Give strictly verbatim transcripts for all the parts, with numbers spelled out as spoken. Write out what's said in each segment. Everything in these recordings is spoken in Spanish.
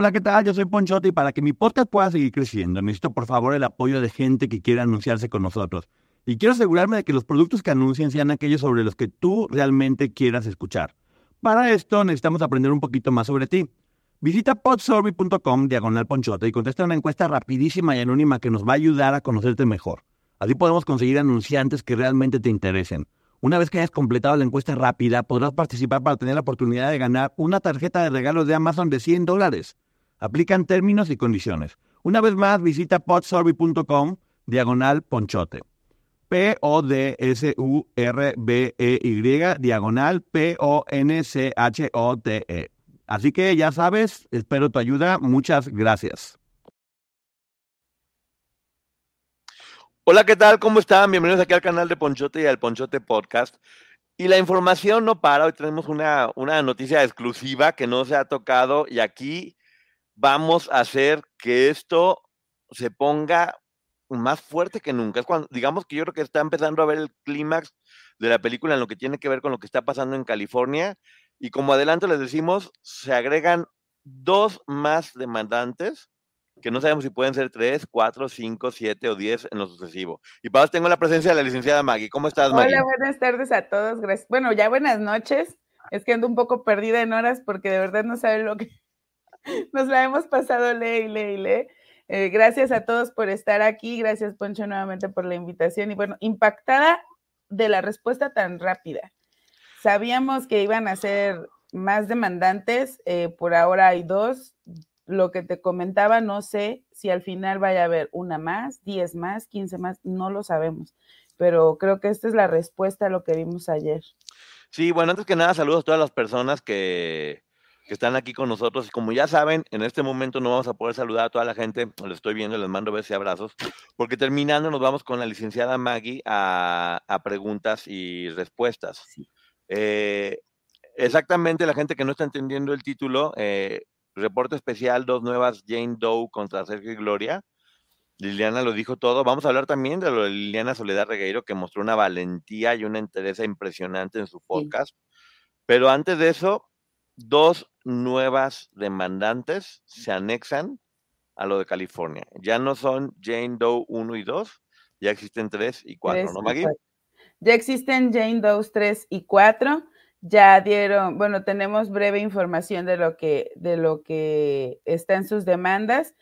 Hola, ¿qué tal? Yo soy Ponchote y para que mi podcast pueda seguir creciendo, necesito por favor el apoyo de gente que quiera anunciarse con nosotros. Y quiero asegurarme de que los productos que anuncien sean aquellos sobre los que tú realmente quieras escuchar. Para esto necesitamos aprender un poquito más sobre ti. Visita podsurvey.com diagonal Ponchote y contesta una encuesta rapidísima y anónima que nos va a ayudar a conocerte mejor. Así podemos conseguir anunciantes que realmente te interesen. Una vez que hayas completado la encuesta rápida, podrás participar para tener la oportunidad de ganar una tarjeta de regalos de Amazon de cien dólares. Aplican términos y condiciones. Una vez más, visita podsurvey.com diagonal Ponchote. P O D S U R B E Y diagonal P O N C H O T E. Así que ya sabes, espero tu ayuda. Muchas gracias. Hola, ¿qué tal? ¿Cómo están? Bienvenidos aquí al canal de Ponchote y al Ponchote Podcast. Y la información no para. Hoy tenemos una, una noticia exclusiva que no se ha tocado y aquí vamos a hacer que esto se ponga más fuerte que nunca. Es cuando, digamos que yo creo que está empezando a ver el clímax de la película en lo que tiene que ver con lo que está pasando en California. Y como adelanto les decimos, se agregan dos más demandantes, que no sabemos si pueden ser tres, cuatro, cinco, siete o diez en lo sucesivo. Y para eso tengo la presencia de la licenciada Maggie. ¿Cómo estás, Maggie? Hola, buenas tardes a todos. Gracias. Bueno, ya buenas noches. Es que ando un poco perdida en horas porque de verdad no saben lo que nos la hemos pasado, lee y lee y lee. Eh, gracias a todos por estar aquí. Gracias, Poncho, nuevamente por la invitación. Y bueno, impactada de la respuesta tan rápida. Sabíamos que iban a ser más demandantes. Eh, por ahora hay dos. Lo que te comentaba, no sé si al final vaya a haber una más, diez más, quince más, no lo sabemos. Pero creo que esta es la respuesta a lo que vimos ayer. Sí, bueno, antes que nada, saludos a todas las personas que, que están aquí con nosotros. Y como ya saben, en este momento no vamos a poder saludar a toda la gente, les estoy viendo, les mando besos y abrazos, porque terminando nos vamos con la licenciada Maggie a, a preguntas y respuestas. Sí. Eh, exactamente, la gente que no está entendiendo el título, eh, reporte especial, dos nuevas Jane Doe contra Sergio y Gloria. Liliana lo dijo todo. Vamos a hablar también de lo de Liliana Soledad Regueiro, que mostró una valentía y una entereza impresionante en su podcast. Sí. Pero antes de eso, dos nuevas demandantes se anexan a lo de California. Ya no son Jane Doe uno y dos, ya existen tres y cuatro, ¿no, Maggie? Ya existen Jane Doe tres y cuatro. Ya dieron, bueno, tenemos breve información de lo que, de lo que está en sus demandas.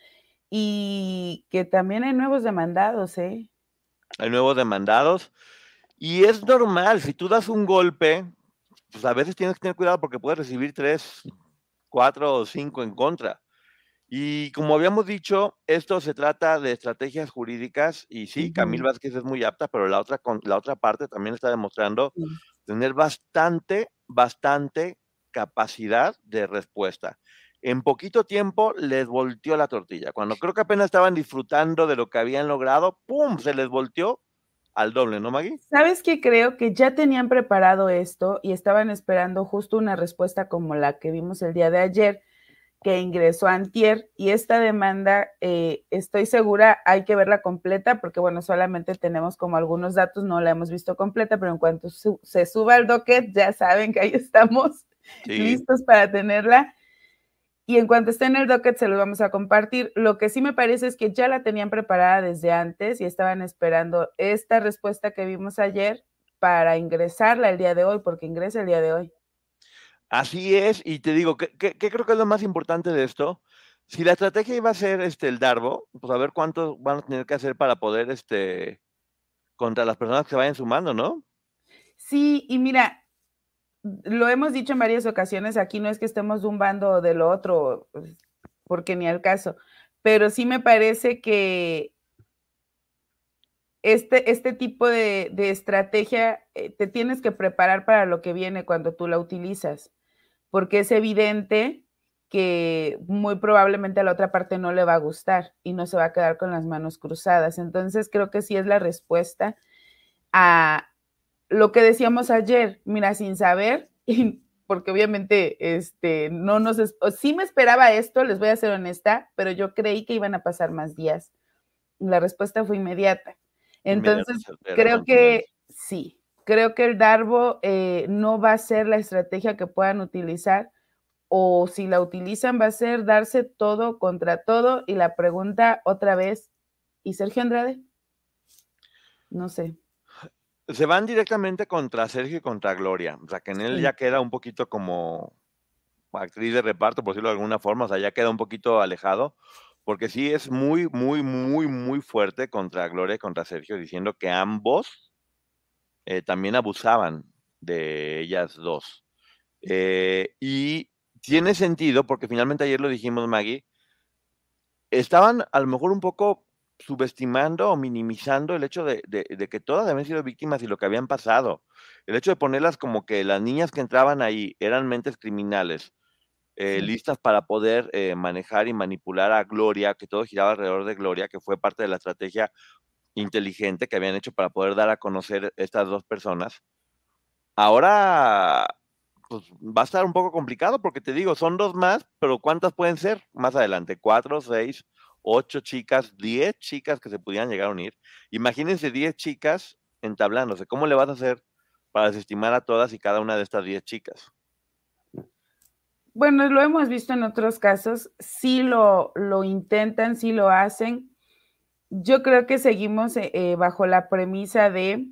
Y que también hay nuevos demandados, ¿eh? Hay nuevos demandados. Y es normal, si tú das un golpe, pues a veces tienes que tener cuidado porque puedes recibir tres, cuatro o cinco en contra. Y como habíamos dicho, esto se trata de estrategias jurídicas y sí, uh-huh. Camil Vázquez es muy apta, pero la otra, la otra parte también está demostrando uh-huh. tener bastante, bastante capacidad de respuesta. En poquito tiempo les volteó la tortilla. Cuando creo que apenas estaban disfrutando de lo que habían logrado, ¡pum!, se les volteó al doble, ¿no, Maggie? ¿Sabes qué? Creo que ya tenían preparado esto y estaban esperando justo una respuesta como la que vimos el día de ayer, que ingresó antier, y esta demanda, eh, estoy segura, hay que verla completa, porque bueno, solamente tenemos como algunos datos, no la hemos visto completa, pero en cuanto su- se suba al docket, ya saben que ahí estamos sí. listos para tenerla. Y en cuanto esté en el docket se lo vamos a compartir. Lo que sí me parece es que ya la tenían preparada desde antes y estaban esperando esta respuesta que vimos ayer para ingresarla el día de hoy, porque ingresa el día de hoy. Así es, y te digo, ¿qué, qué, qué creo que es lo más importante de esto? Si la estrategia iba a ser este, el Darbo, pues a ver cuántos van a tener que hacer para poder, este, contra las personas que se vayan sumando, ¿no? Sí, y mira, lo hemos dicho en varias ocasiones, aquí no es que estemos de un bando o del otro, porque ni al caso, pero sí me parece que este, este tipo de, de estrategia eh, te tienes que preparar para lo que viene cuando tú la utilizas, porque es evidente que muy probablemente a la otra parte no le va a gustar y no se va a quedar con las manos cruzadas. Entonces creo que sí es la respuesta a lo que decíamos ayer, mira, sin saber, porque obviamente este, no nos, sí me esperaba esto, les voy a ser honesta, pero yo creí que iban a pasar más días. La respuesta fue inmediata. Entonces, inmediata, creo que sí, creo que el Darbo eh, no va a ser la estrategia que puedan utilizar, o si la utilizan va a ser darse todo contra todo. Y la pregunta otra vez, ¿y Sergio Andrade? No sé. Se van directamente contra Sergio y contra Gloria. Raquel Sí. ya queda un poquito como actriz de reparto, por decirlo de alguna forma, o sea, ya queda un poquito alejado, porque sí es muy, muy, muy, muy fuerte contra Gloria y contra Sergio, diciendo que ambos eh, también abusaban de ellas dos. Eh, y tiene sentido, porque finalmente ayer lo dijimos, Maggie, estaban a lo mejor un poco subestimando o minimizando el hecho de, de, de que todas habían sido víctimas y lo que habían pasado. El hecho de ponerlas como que las niñas que entraban ahí eran mentes criminales, eh, Sí. listas para poder eh, manejar y manipular a Gloria, que todo giraba alrededor de Gloria, que fue parte de la estrategia inteligente que habían hecho para poder dar a conocer estas dos personas. Ahora, pues va a estar un poco complicado porque te digo, son dos más, pero ¿cuántas pueden ser más adelante? ¿Cuatro, seis, ocho chicas, diez chicas que se pudieran llegar a unir? Imagínense diez chicas entablándose. ¿Cómo le vas a hacer para desestimar a todas y cada una de estas diez chicas? Bueno, lo hemos visto en otros casos, sí lo, lo intentan, sí lo hacen. Yo creo que seguimos eh, bajo la premisa de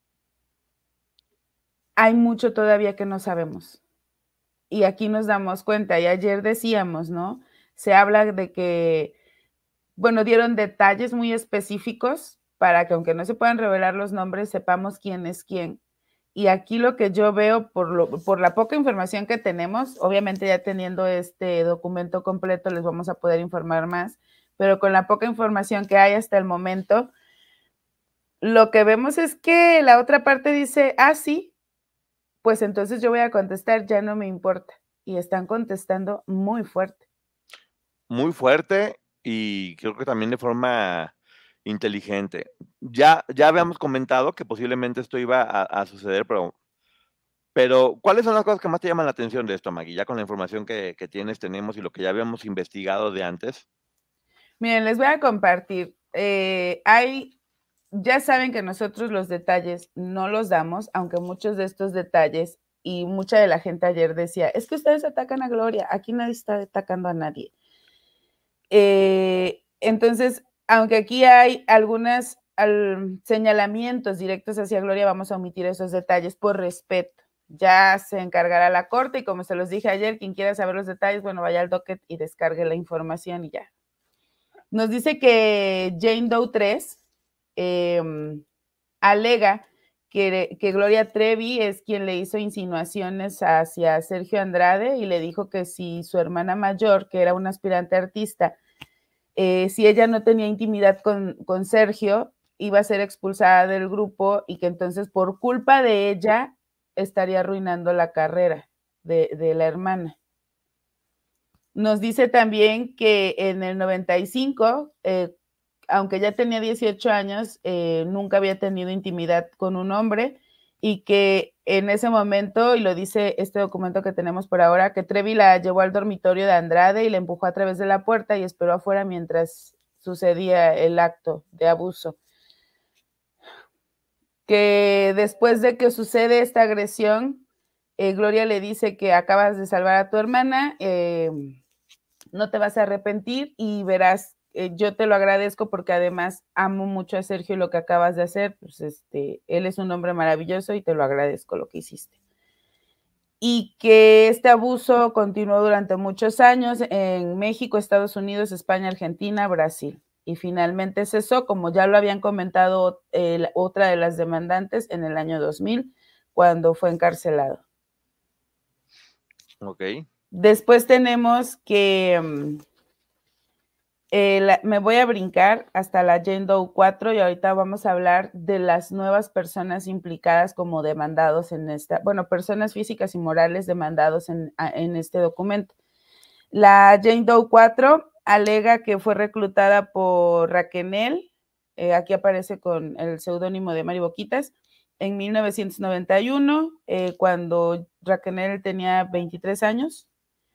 hay mucho todavía que no sabemos. Y aquí nos damos cuenta, y ayer decíamos, ¿no? Se habla de que, bueno, dieron detalles muy específicos para que aunque no se puedan revelar los nombres, sepamos quién es quién. Y aquí lo que yo veo, por, lo, por la poca información que tenemos, obviamente ya teniendo este documento completo les vamos a poder informar más, pero con la poca información que hay hasta el momento, lo que vemos es que la otra parte dice, ah, sí, pues entonces yo voy a contestar, ya no me importa. Y están contestando muy fuerte. Muy fuerte y creo que también de forma inteligente. Ya, ya habíamos comentado que posiblemente esto iba a, a suceder, pero, pero ¿cuáles son las cosas que más te llaman la atención de esto, Maggie? Ya con la información que, que tienes, tenemos y lo que ya habíamos investigado de antes. Miren, les voy a compartir. Eh, hay, ya saben que nosotros los detalles no los damos, aunque muchos de estos detalles y mucha de la gente ayer decía, es que ustedes atacan a Gloria, aquí nadie está atacando a nadie. Eh, entonces, aunque aquí hay algunos al, señalamientos directos hacia Gloria, vamos a omitir esos detalles por respeto. Ya se encargará la corte y como se los dije ayer, quien quiera saber los detalles, bueno, vaya al docket y descargue la información y ya. Nos dice que Jane Doe tres eh, alega que, que Gloria Trevi es quien le hizo insinuaciones hacia Sergio Andrade y le dijo que si su hermana mayor, que era una aspirante artista, eh, si ella no tenía intimidad con, con Sergio, iba a ser expulsada del grupo y que entonces por culpa de ella estaría arruinando la carrera de, de la hermana. Nos dice también que en el noventa y cinco, eh, aunque ya tenía dieciocho años, eh, nunca había tenido intimidad con un hombre y que en ese momento, y lo dice este documento que tenemos por ahora, que Trevi la llevó al dormitorio de Andrade y la empujó a través de la puerta y esperó afuera mientras sucedía el acto de abuso. Que después de que sucede esta agresión, eh, Gloria le dice que acabas de salvar a tu hermana, eh, no te vas a arrepentir y verás, eh, yo te lo agradezco porque además amo mucho a Sergio y lo que acabas de hacer, pues este, él es un hombre maravilloso y te lo agradezco lo que hiciste. Y que este abuso continuó durante muchos años en México, Estados Unidos, España, Argentina, Brasil. Y finalmente cesó, como ya lo habían comentado eh, otra de las demandantes en el año dos mil, cuando fue encarcelado. Ok. Después tenemos que eh, la, me voy a brincar hasta la Jane Doe cuatro y ahorita vamos a hablar de las nuevas personas implicadas como demandados en esta, bueno, personas físicas y morales demandados en, en este documento. La Jane Doe cuatro alega que fue reclutada por Raquel, eh, aquí aparece con el seudónimo de Mari Boquitas, en mil novecientos noventa y uno, eh, cuando Raquel tenía veintitrés años.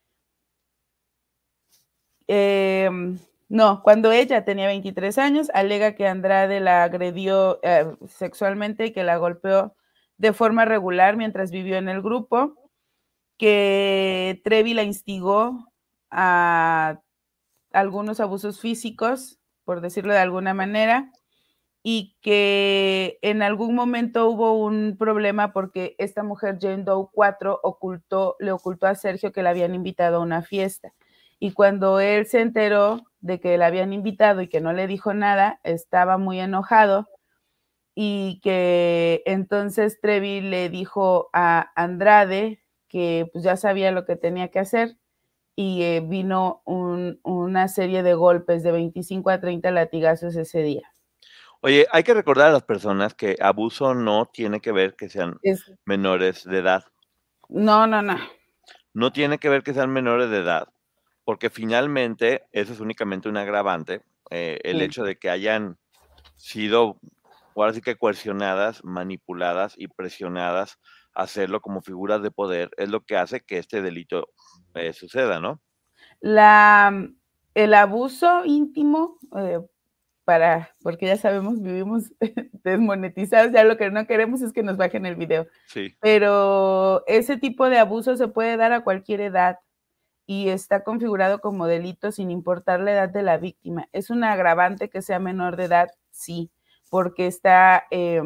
Eh, no, cuando ella tenía veintitrés años, alega que Andrade la agredió eh, sexualmente y que la golpeó de forma regular mientras vivió en el grupo. que Trevi la instigó a algunos abusos físicos, por decirlo de alguna manera, y que en algún momento hubo un problema porque esta mujer, Jane Doe cuatro, ocultó, le ocultó a Sergio que la habían invitado a una fiesta. Y cuando él se enteró de que la habían invitado y que no le dijo nada, estaba muy enojado, y que entonces Trevi le dijo a Andrade que pues ya sabía lo que tenía que hacer, y eh, vino un, una serie de golpes de veinticinco a treinta latigazos ese día. Oye, hay que recordar a las personas que abuso no tiene que ver que sean Es, menores de edad. no, no, no. No tiene que ver que sean menores de edad, porque finalmente eso es únicamente un agravante, eh, el Sí. hecho de que hayan sido, ahora sí que coercionadas, manipuladas y presionadas a hacerlo como figuras de poder, es lo que hace que este delito eh, suceda, ¿no? La, el abuso íntimo, eh, para, porque ya sabemos, vivimos desmonetizados, ya lo que no queremos es que nos bajen el video. Sí. Pero ese tipo de abuso se puede dar a cualquier edad y está configurado como delito sin importar la edad de la víctima. ¿Es un agravante que sea menor de edad? Sí, porque está, eh,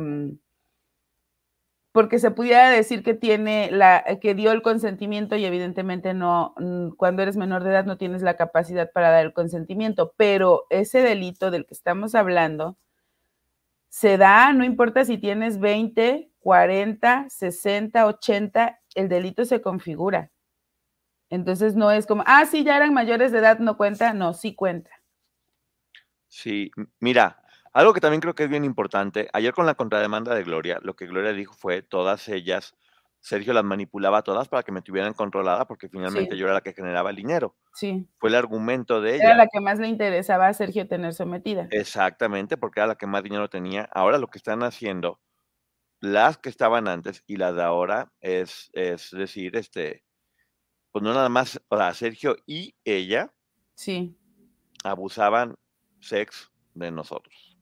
porque se pudiera decir que tiene la, que dio el consentimiento y evidentemente no, cuando eres menor de edad no tienes la capacidad para dar el consentimiento, pero ese delito del que estamos hablando se da, no importa si tienes veinte, cuarenta, sesenta, ochenta, el delito se configura. Entonces no es como, ah, sí, ya eran mayores de edad, no cuenta, no, sí cuenta. Sí, mira, algo que también creo que es bien importante, ayer con la contrademanda de Gloria, lo que Gloria dijo fue, todas ellas, Sergio las manipulaba a todas para que me tuvieran controlada, porque finalmente Sí. yo era la que generaba el dinero. Sí. Fue el argumento de ella. Era la que más le interesaba a Sergio tener sometida. Exactamente, porque era la que más dinero tenía. Ahora lo que están haciendo, las que estaban antes y las de ahora, es, es decir, este, pues no nada más, o sea, Sergio y ella Sí. abusaban sex de nosotros.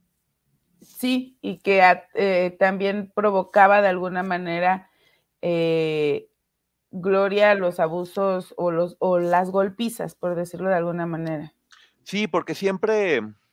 Sí, y que eh, también provocaba de alguna manera eh, Gloria los abusos o, los, o las golpizas, por decirlo de alguna manera. Sí, porque siempre...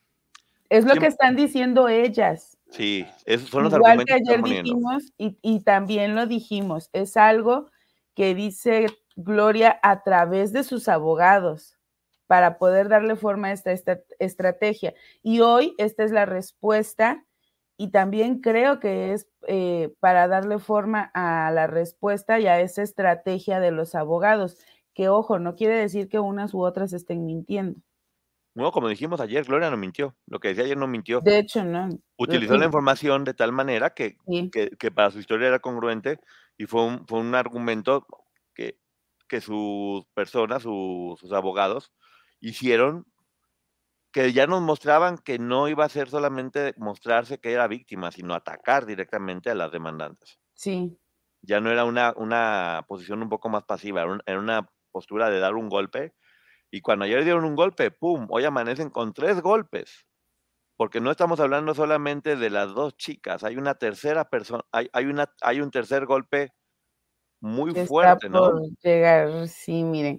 Es lo siempre, que están diciendo ellas. Sí, esos son los Igual argumentos que que están ayer poniendo. dijimos, y, y también lo dijimos, es algo que dice Gloria a través de sus abogados para poder darle forma a esta, esta estrategia. Y hoy esta es la respuesta, y también creo que es eh, para darle forma a la respuesta y a esa estrategia de los abogados, que ojo, no quiere decir que unas u otras estén mintiendo. No, como dijimos ayer, Gloria no mintió. Lo que decía ayer no mintió. De hecho, no. Utilizó la información de tal manera que, Sí. que, que para su historia era congruente y fue un, fue un argumento que, que sus personas, su, sus abogados, hicieron, que ya nos mostraban que no iba a ser solamente mostrarse que era víctima, sino atacar directamente a las demandantes. Sí. Ya no era una, una posición un poco más pasiva, era, un, era una postura de dar un golpe. Y cuando ayer dieron un golpe, ¡pum!, hoy amanecen con tres golpes. Porque no estamos hablando solamente de las dos chicas, hay una tercera persona, hay, hay, una, hay un tercer golpe muy Está fuerte, ¿no? por llegar, sí, miren.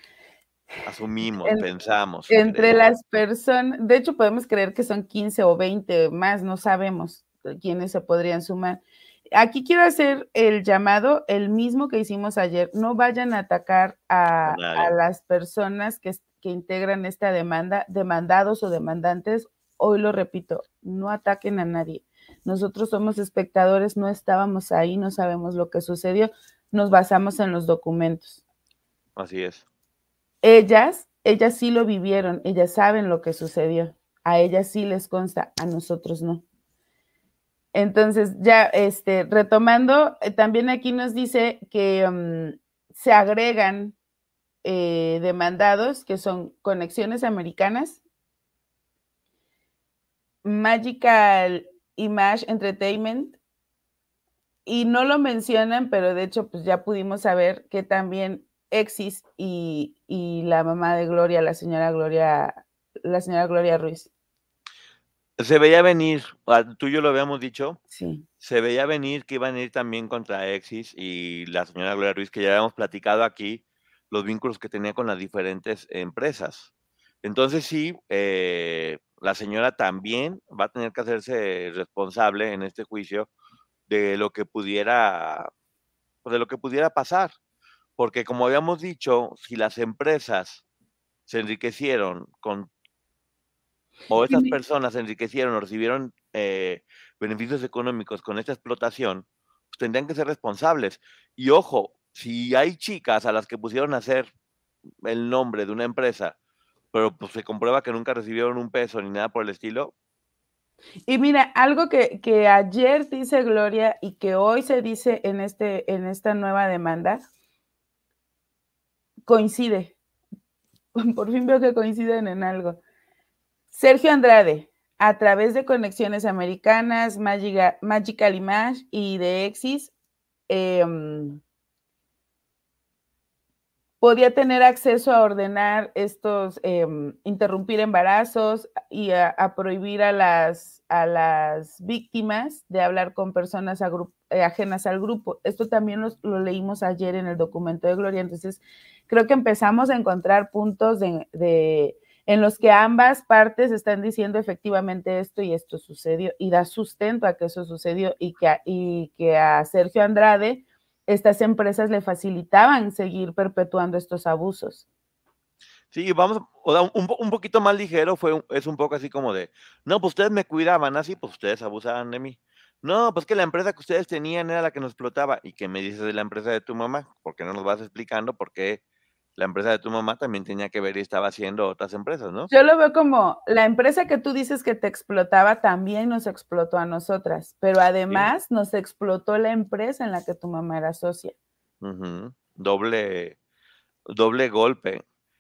Asumimos, En, pensamos. entre creemos. las personas, de hecho podemos creer que son quince o veinte más, no sabemos quiénes se podrían sumar. Aquí quiero hacer el llamado, el mismo que hicimos ayer, no vayan a atacar a, a las personas que, que integran esta demanda, demandados o demandantes. Hoy lo repito, no ataquen a nadie. Nosotros somos espectadores, no estábamos ahí, no sabemos lo que sucedió, nos basamos en los documentos. Así es. Ellas, ellas sí lo vivieron, ellas saben lo que sucedió, a ellas sí les consta, a nosotros no. Entonces, ya este, retomando, eh, también aquí nos dice que um, se agregan eh, demandados que son Conexiones Americanas, Magical Image Entertainment, y no lo mencionan, pero de hecho pues ya pudimos saber que también Exis y, y la mamá de Gloria, la señora Gloria, la señora Gloria Ruiz. Se veía venir, tú y yo lo habíamos dicho, Sí. se veía venir que iban a ir también contra Exis y la señora Gloria Ruiz, que ya habíamos platicado aquí, los vínculos que tenía con las diferentes empresas. Entonces sí, eh, la señora también va a tener que hacerse responsable en este juicio de lo que pudiera, de lo que pudiera pasar. Porque como habíamos dicho, si las empresas se enriquecieron con o estas personas se enriquecieron o recibieron eh, beneficios económicos con esta explotación, pues tendrían que ser responsables. Y ojo, si hay chicas a las que pusieron a hacer el nombre de una empresa, pero pues se comprueba que nunca recibieron un peso ni nada por el estilo. Y mira, algo que, que ayer dice Gloria y que hoy se dice en, este, en esta nueva demanda, coincide. Por fin veo que coinciden en algo. Sergio Andrade, a través de Conexiones Americanas, Magica, Magical Image y de Exis, eh, podía tener acceso a ordenar estos, eh, interrumpir embarazos y a, a prohibir a las, a las víctimas de hablar con personas a grupo, eh, ajenas al grupo. Esto también lo, lo leímos ayer en el documento de Gloria. Entonces, creo que empezamos a encontrar puntos de, de en los que ambas partes están diciendo efectivamente esto y esto sucedió, y da sustento a que eso sucedió, y que, y que a Sergio Andrade estas empresas le facilitaban seguir perpetuando estos abusos. Sí, vamos, o sea, un, un poquito más ligero fue, es un poco así como de, no, pues ustedes me cuidaban así, pues ustedes abusaban de mí. No, pues que la empresa que ustedes tenían era la que nos explotaba. ¿Y qué me dices de la empresa de tu mamá? ¿Por qué no nos vas explicando por qué la empresa de tu mamá también tenía que ver y estaba haciendo otras empresas, ¿no? Yo lo veo como la empresa que tú dices que te explotaba también nos explotó a nosotras, pero además sí. Nos explotó la empresa en la que tu mamá era socia. Uh-huh. Doble, doble golpe.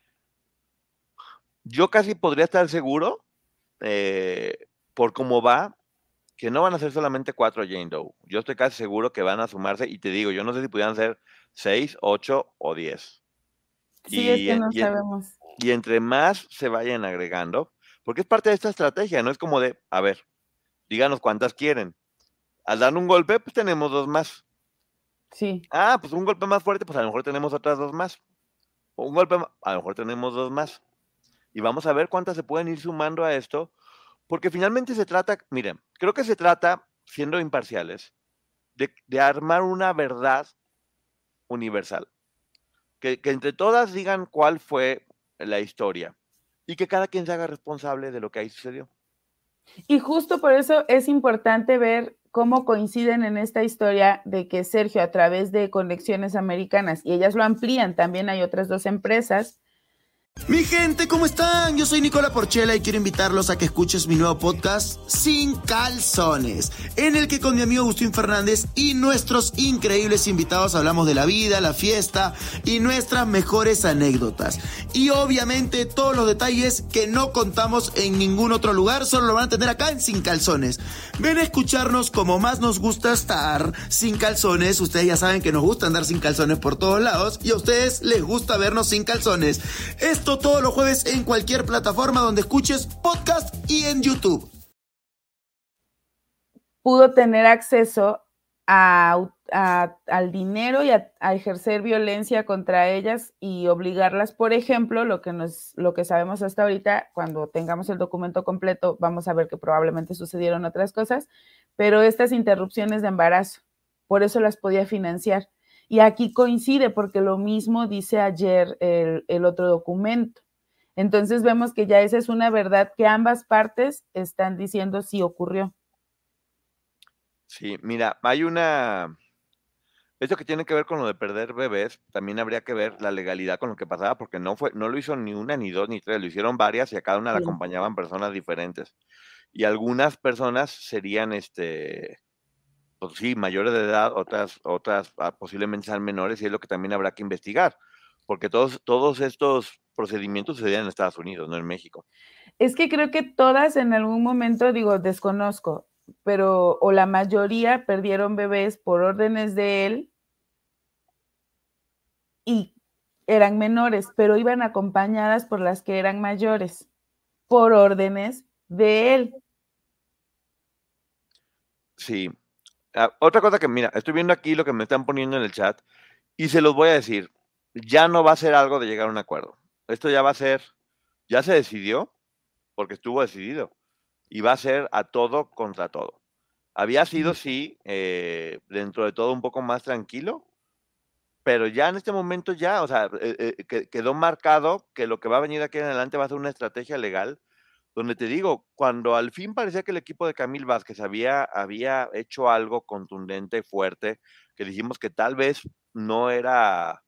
Yo casi podría estar seguro, eh, por cómo va, que no van a ser solamente cuatro Jane Doe. Yo estoy casi seguro que van a sumarse, y te digo, yo no sé si pudieran ser seis, ocho o diez. Sí, y, es que no y, sabemos. Y entre más se vayan agregando, porque es parte de esta estrategia, no es como de, a ver, díganos cuántas quieren. Al dar un golpe, pues tenemos dos más. Sí. Ah, pues un golpe más fuerte, pues a lo mejor tenemos otras dos más. O un golpe más, a lo mejor tenemos dos más. Y vamos a ver cuántas se pueden ir sumando a esto, porque finalmente se trata, miren, creo que se trata, siendo imparciales, de, de armar una verdad universal. Que, que entre todas digan cuál fue la historia y que cada quien se haga responsable de lo que ahí sucedió. Y justo por eso es importante ver cómo coinciden en esta historia de que Sergio, a través de Conexiones Americanas, y ellas lo amplían, también hay otras dos empresas. Mi gente, ¿cómo están? Yo soy Nicola Porchela y quiero invitarlos a que escuches mi nuevo podcast Sin Calzones, en el que con mi amigo Agustín Fernández y nuestros increíbles invitados hablamos de la vida, la fiesta y nuestras mejores anécdotas. Y obviamente todos los detalles que no contamos en ningún otro lugar, solo lo van a tener acá en Sin Calzones. Ven a escucharnos como más nos gusta estar sin calzones. Ustedes ya saben que nos gusta andar sin calzones por todos lados y a ustedes les gusta vernos sin calzones. Esto todos los jueves en cualquier plataforma donde escuches podcast y en YouTube. Pudo tener acceso a, a, al dinero y a, a ejercer violencia contra ellas y obligarlas, por ejemplo, lo que, nos, lo que sabemos hasta ahorita, cuando tengamos el documento completo, vamos a ver que probablemente sucedieron otras cosas, pero estas interrupciones de embarazo, por eso las podía financiar. Y aquí coincide porque lo mismo dice ayer el, el otro documento. Entonces vemos que ya esa es una verdad que ambas partes están diciendo si ocurrió. Sí, mira, hay una... Esto que tiene que ver con lo de perder bebés, también habría que ver la legalidad con lo que pasaba, porque no fue, no lo hizo ni una, ni dos, ni tres, lo hicieron varias y a cada una sí. La acompañaban personas diferentes. Y algunas personas serían, este, pues sí, mayores de edad, otras, otras posiblemente sean menores, y es lo que también habrá que investigar, porque todos, todos estos procedimientos sucedían en Estados Unidos, no en México. Es que creo que todas en algún momento, digo, desconozco, pero o la mayoría perdieron bebés por órdenes de él y eran menores, pero iban acompañadas por las que eran mayores, por órdenes de él. Sí. Ah, otra cosa que, mira, estoy viendo aquí lo que me están poniendo en el chat y se los voy a decir. Ya no va a ser algo de llegar a un acuerdo. Esto ya va a ser, ya se decidió, porque estuvo decidido, y va a ser a todo contra todo. Había sido, sí, eh, dentro de todo un poco más tranquilo, pero ya en este momento ya, o sea, eh, eh, que- quedó marcado que lo que va a venir aquí en adelante va a ser una estrategia legal, donde te digo, cuando al fin parecía que el equipo de Camil Vázquez había, había hecho algo contundente, fuerte, que dijimos que tal vez no era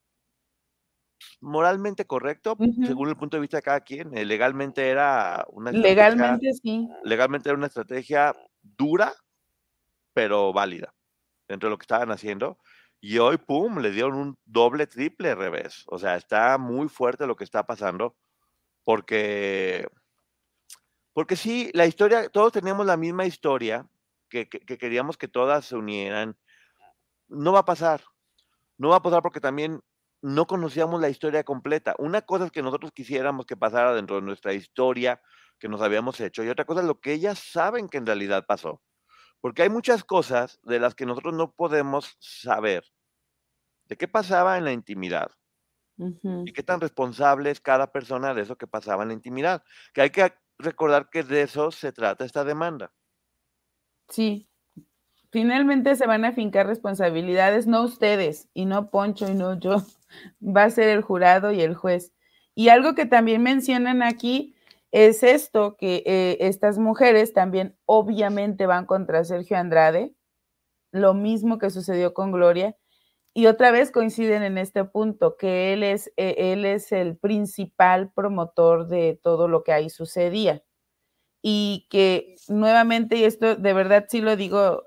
moralmente correcto, Ujú. según el punto de vista de cada quien, eh, legalmente era una estrategia, Legalmente sí. legalmente era una estrategia dura, pero válida dentro de lo que estaban haciendo. Y hoy, pum, le dieron un doble, triple revés. O sea, está muy fuerte lo que está pasando, porque, porque sí, la historia, todos teníamos la misma historia, que, que, que queríamos que todas se unieran. No va a pasar, no va a pasar porque también no conocíamos la historia completa. Una cosa es que nosotros quisiéramos que pasara dentro de nuestra historia que nos habíamos hecho, y otra cosa es lo que ellas saben que en realidad pasó. Porque hay muchas cosas de las que nosotros no podemos saber de qué pasaba en la intimidad Ujú. y qué tan responsable es cada persona de eso que pasaba en la intimidad. Que hay que recordar que de eso se trata esta demanda. Sí, finalmente se van a fincar responsabilidades, no ustedes, y no Poncho, y no yo, va a ser el jurado y el juez. Y algo que también mencionan aquí es esto, que eh, estas mujeres también obviamente van contra Sergio Andrade, lo mismo que sucedió con Gloria, y otra vez coinciden en este punto, que él es, eh, él es el principal promotor de todo lo que ahí sucedía. Y que nuevamente, y esto de verdad sí lo digo,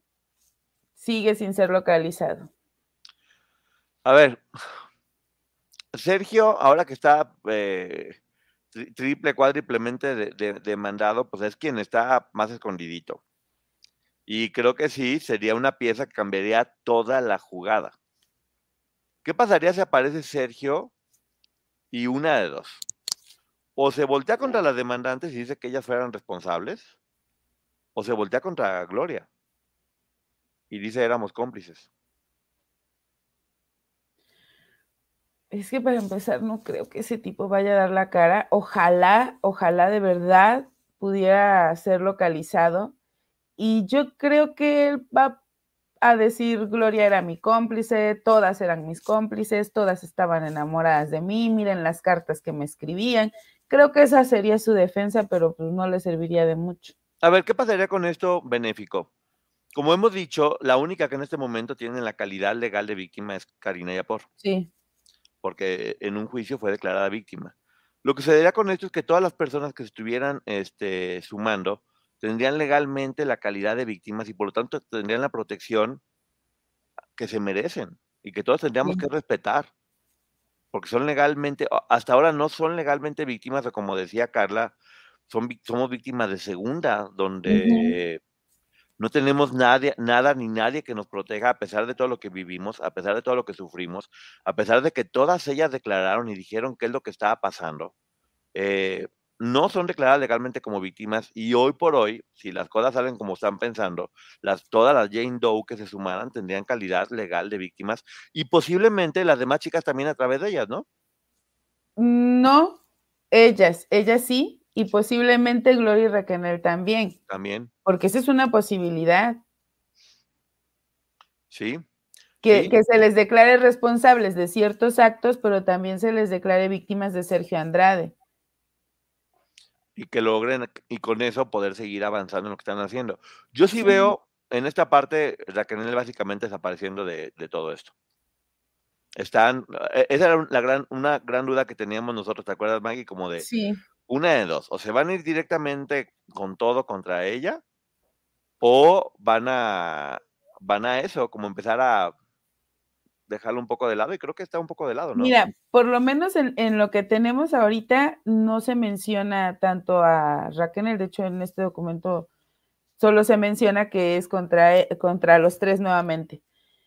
sigue sin ser localizado. A ver, Sergio, ahora que está eh, tri- triple, cuádriplemente de- de- demandado, pues es quien está más escondidito. Y creo que sí, sería una pieza que cambiaría toda la jugada. ¿Qué pasaría si aparece Sergio y una de dos? O se voltea contra las demandantes y dice que ellas fueran responsables, o se voltea contra Gloria y dice éramos cómplices. Es que para empezar no creo que ese tipo vaya a dar la cara. Ojalá, ojalá de verdad pudiera ser localizado. Y yo creo que él va a decir, Gloria era mi cómplice, todas eran mis cómplices, todas estaban enamoradas de mí, miren las cartas que me escribían. Creo que esa sería su defensa, pero pues no le serviría de mucho. A ver, ¿qué pasaría con esto benéfico? Como hemos dicho, la única que en este momento tiene la calidad legal de víctima es Karina Yapor, Sí. porque en un juicio fue declarada víctima. Lo que sucedería con esto es que todas las personas que se estuvieran este, sumando tendrían legalmente la calidad de víctimas y por lo tanto tendrían la protección que se merecen y que todos tendríamos Sí. que respetar, porque son legalmente, hasta ahora no son legalmente víctimas, o como decía Carla, son, somos víctimas de segunda, donde uh-huh. no tenemos nadie, nada ni nadie que nos proteja a pesar de todo lo que vivimos, a pesar de todo lo que sufrimos, a pesar de que todas ellas declararon y dijeron qué es lo que estaba pasando. Eh, no son declaradas legalmente como víctimas y hoy por hoy, si las cosas salen como están pensando, las, todas las Jane Doe que se sumaran tendrían calidad legal de víctimas y posiblemente las demás chicas también a través de ellas, ¿no? No, ellas, ellas sí, y posiblemente Gloria y Raquel también. También. Porque esa es una posibilidad. Sí. Que, sí. que se les declare responsables de ciertos actos, pero también se les declare víctimas de Sergio Andrade. Y que logren, y con eso poder seguir avanzando en lo que están haciendo. Yo sí, sí. veo en esta parte Raquel básicamente desapareciendo de, de todo esto. Están, esa era la gran, una gran duda que teníamos nosotros, ¿te acuerdas, Maggie? Como de sí. una de dos, o se van a ir directamente con todo contra ella, o van a, van a eso, como empezar a dejarlo un poco de lado, y creo que está un poco de lado, ¿no? Mira, por lo menos en, en lo que tenemos ahorita no se menciona tanto a Raquel, de hecho en este documento solo se menciona que es contra, contra los tres nuevamente.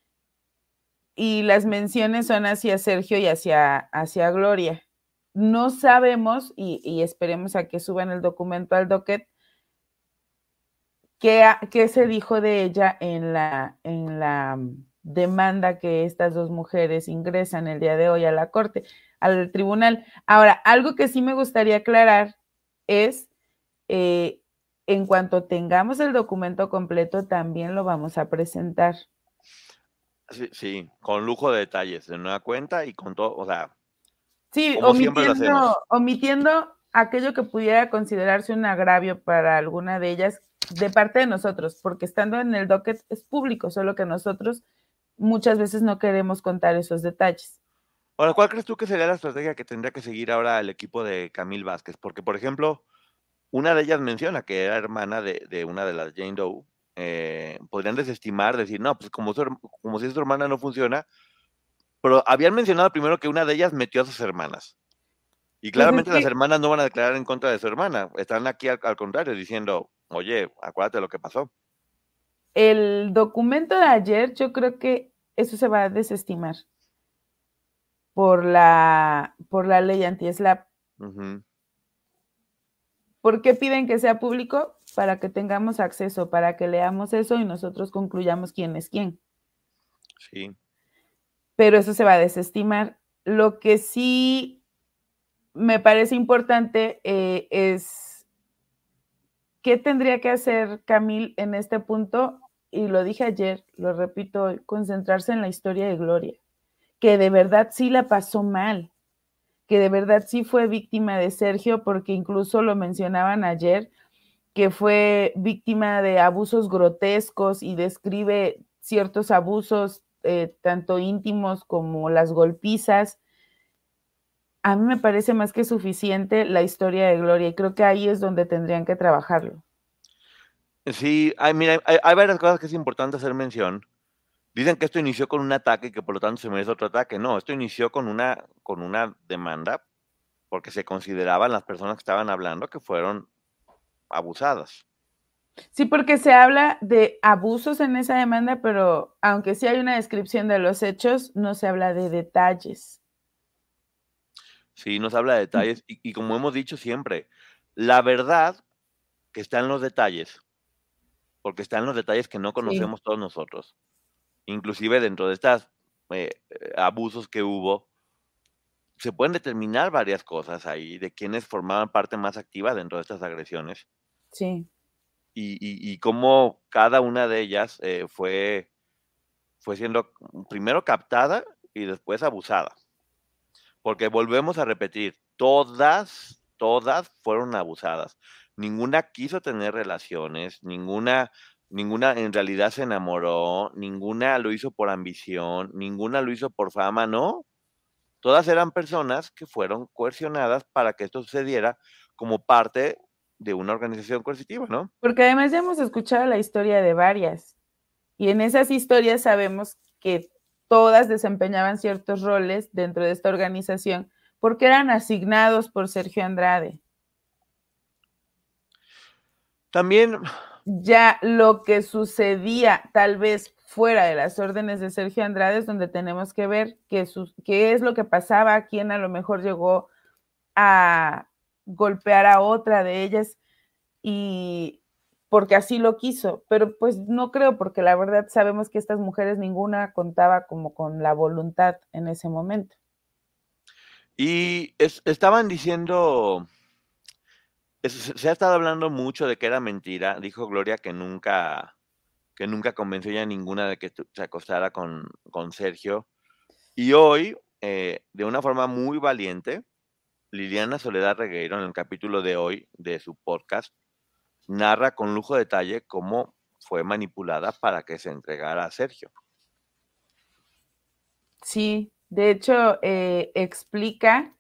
Y las menciones son hacia Sergio y hacia, hacia Gloria. No sabemos, y, y esperemos a que suban el documento al docket, ¿qué, qué se dijo de ella en la, en la demanda que estas dos mujeres ingresan el día de hoy a la corte, al tribunal? Ahora, algo que sí me gustaría aclarar es, eh, en cuanto tengamos el documento completo, también lo vamos a presentar. Sí, sí, con lujo de detalles, de nueva cuenta y con todo, o sea, sí, como siempre lo hacemos. omitiendo, omitiendo aquello que pudiera considerarse un agravio para alguna de ellas de parte de nosotros, porque estando en el docket es público, solo que nosotros muchas veces no queremos contar esos detalles. Ahora, ¿cuál crees tú que sería la estrategia que tendría que seguir ahora el equipo de Camille Vázquez? Porque, por ejemplo, una de ellas menciona que era hermana de, de una de las Jane Doe. Eh, podrían desestimar, decir, no, pues como, su, como si su hermana no funciona, pero habían mencionado primero que una de ellas metió a sus hermanas. Y claramente pues es que las hermanas no van a declarar en contra de su hermana. Están aquí al, al contrario, diciendo, oye, acuérdate de lo que pasó. El documento de ayer, yo creo que eso se va a desestimar por la, por la ley anti-SLAPP. Uh-huh. ¿Por qué piden que sea público? Para que tengamos acceso, para que leamos eso y nosotros concluyamos quién es quién. Sí. Pero eso se va a desestimar. Lo que sí me parece importante eh, es qué tendría que hacer Camille en este punto, y lo dije ayer, lo repito, concentrarse en la historia de Gloria, que de verdad sí la pasó mal, que de verdad sí fue víctima de Sergio, porque incluso lo mencionaban ayer, que fue víctima de abusos grotescos y describe ciertos abusos, eh, tanto íntimos como las golpizas. A mí me parece más que suficiente la historia de Gloria y creo que ahí es donde tendrían que trabajarlo. Sí, hay, mira, hay, hay varias cosas que es importante hacer mención. Dicen que esto inició con un ataque y que por lo tanto se merece otro ataque. No, esto inició con una, con una demanda porque se consideraban las personas que estaban hablando que fueron abusadas. Sí, porque se habla de abusos en esa demanda, pero aunque sí hay una descripción de los hechos, no se habla de detalles. Sí, no se habla de detalles y, y como hemos dicho siempre, la verdad que está en los detalles, porque está en los detalles que no conocemos sí. todos nosotros. Inclusive dentro de estos eh, abusos que hubo, se pueden determinar varias cosas ahí de quienes formaban parte más activa dentro de estas agresiones. Sí. Y, y, y cómo cada una de ellas eh, fue, fue siendo primero captada y después abusada. Porque volvemos a repetir, todas, todas fueron abusadas. Ninguna quiso tener relaciones, ninguna, ninguna en realidad se enamoró, ninguna lo hizo por ambición, ninguna lo hizo por fama, no. Todas eran personas que fueron coercionadas para que esto sucediera como parte de una organización coercitiva, ¿no? Porque además ya hemos escuchado la historia de varias, y en esas historias sabemos que todas desempeñaban ciertos roles dentro de esta organización porque eran asignados por Sergio Andrade. También ya lo que sucedía tal vez fuera de las órdenes de Sergio Andrade es donde tenemos que ver qué, sus, qué es lo que pasaba, quién a lo mejor llegó a golpear a otra de ellas y porque así lo quiso, pero pues no creo, porque la verdad sabemos que estas mujeres ninguna contaba como con la voluntad en ese momento. Y es, estaban diciendo, es, se ha estado hablando mucho de que era mentira, dijo Gloria que nunca, que nunca convenció ya a ninguna de que se acostara con, con Sergio, y hoy, eh, de una forma muy valiente, Liliana Soledad Regueiro, en el capítulo de hoy de su podcast, narra con lujo de detalle cómo fue manipulada para que se entregara a Sergio. Sí, de hecho, eh, explica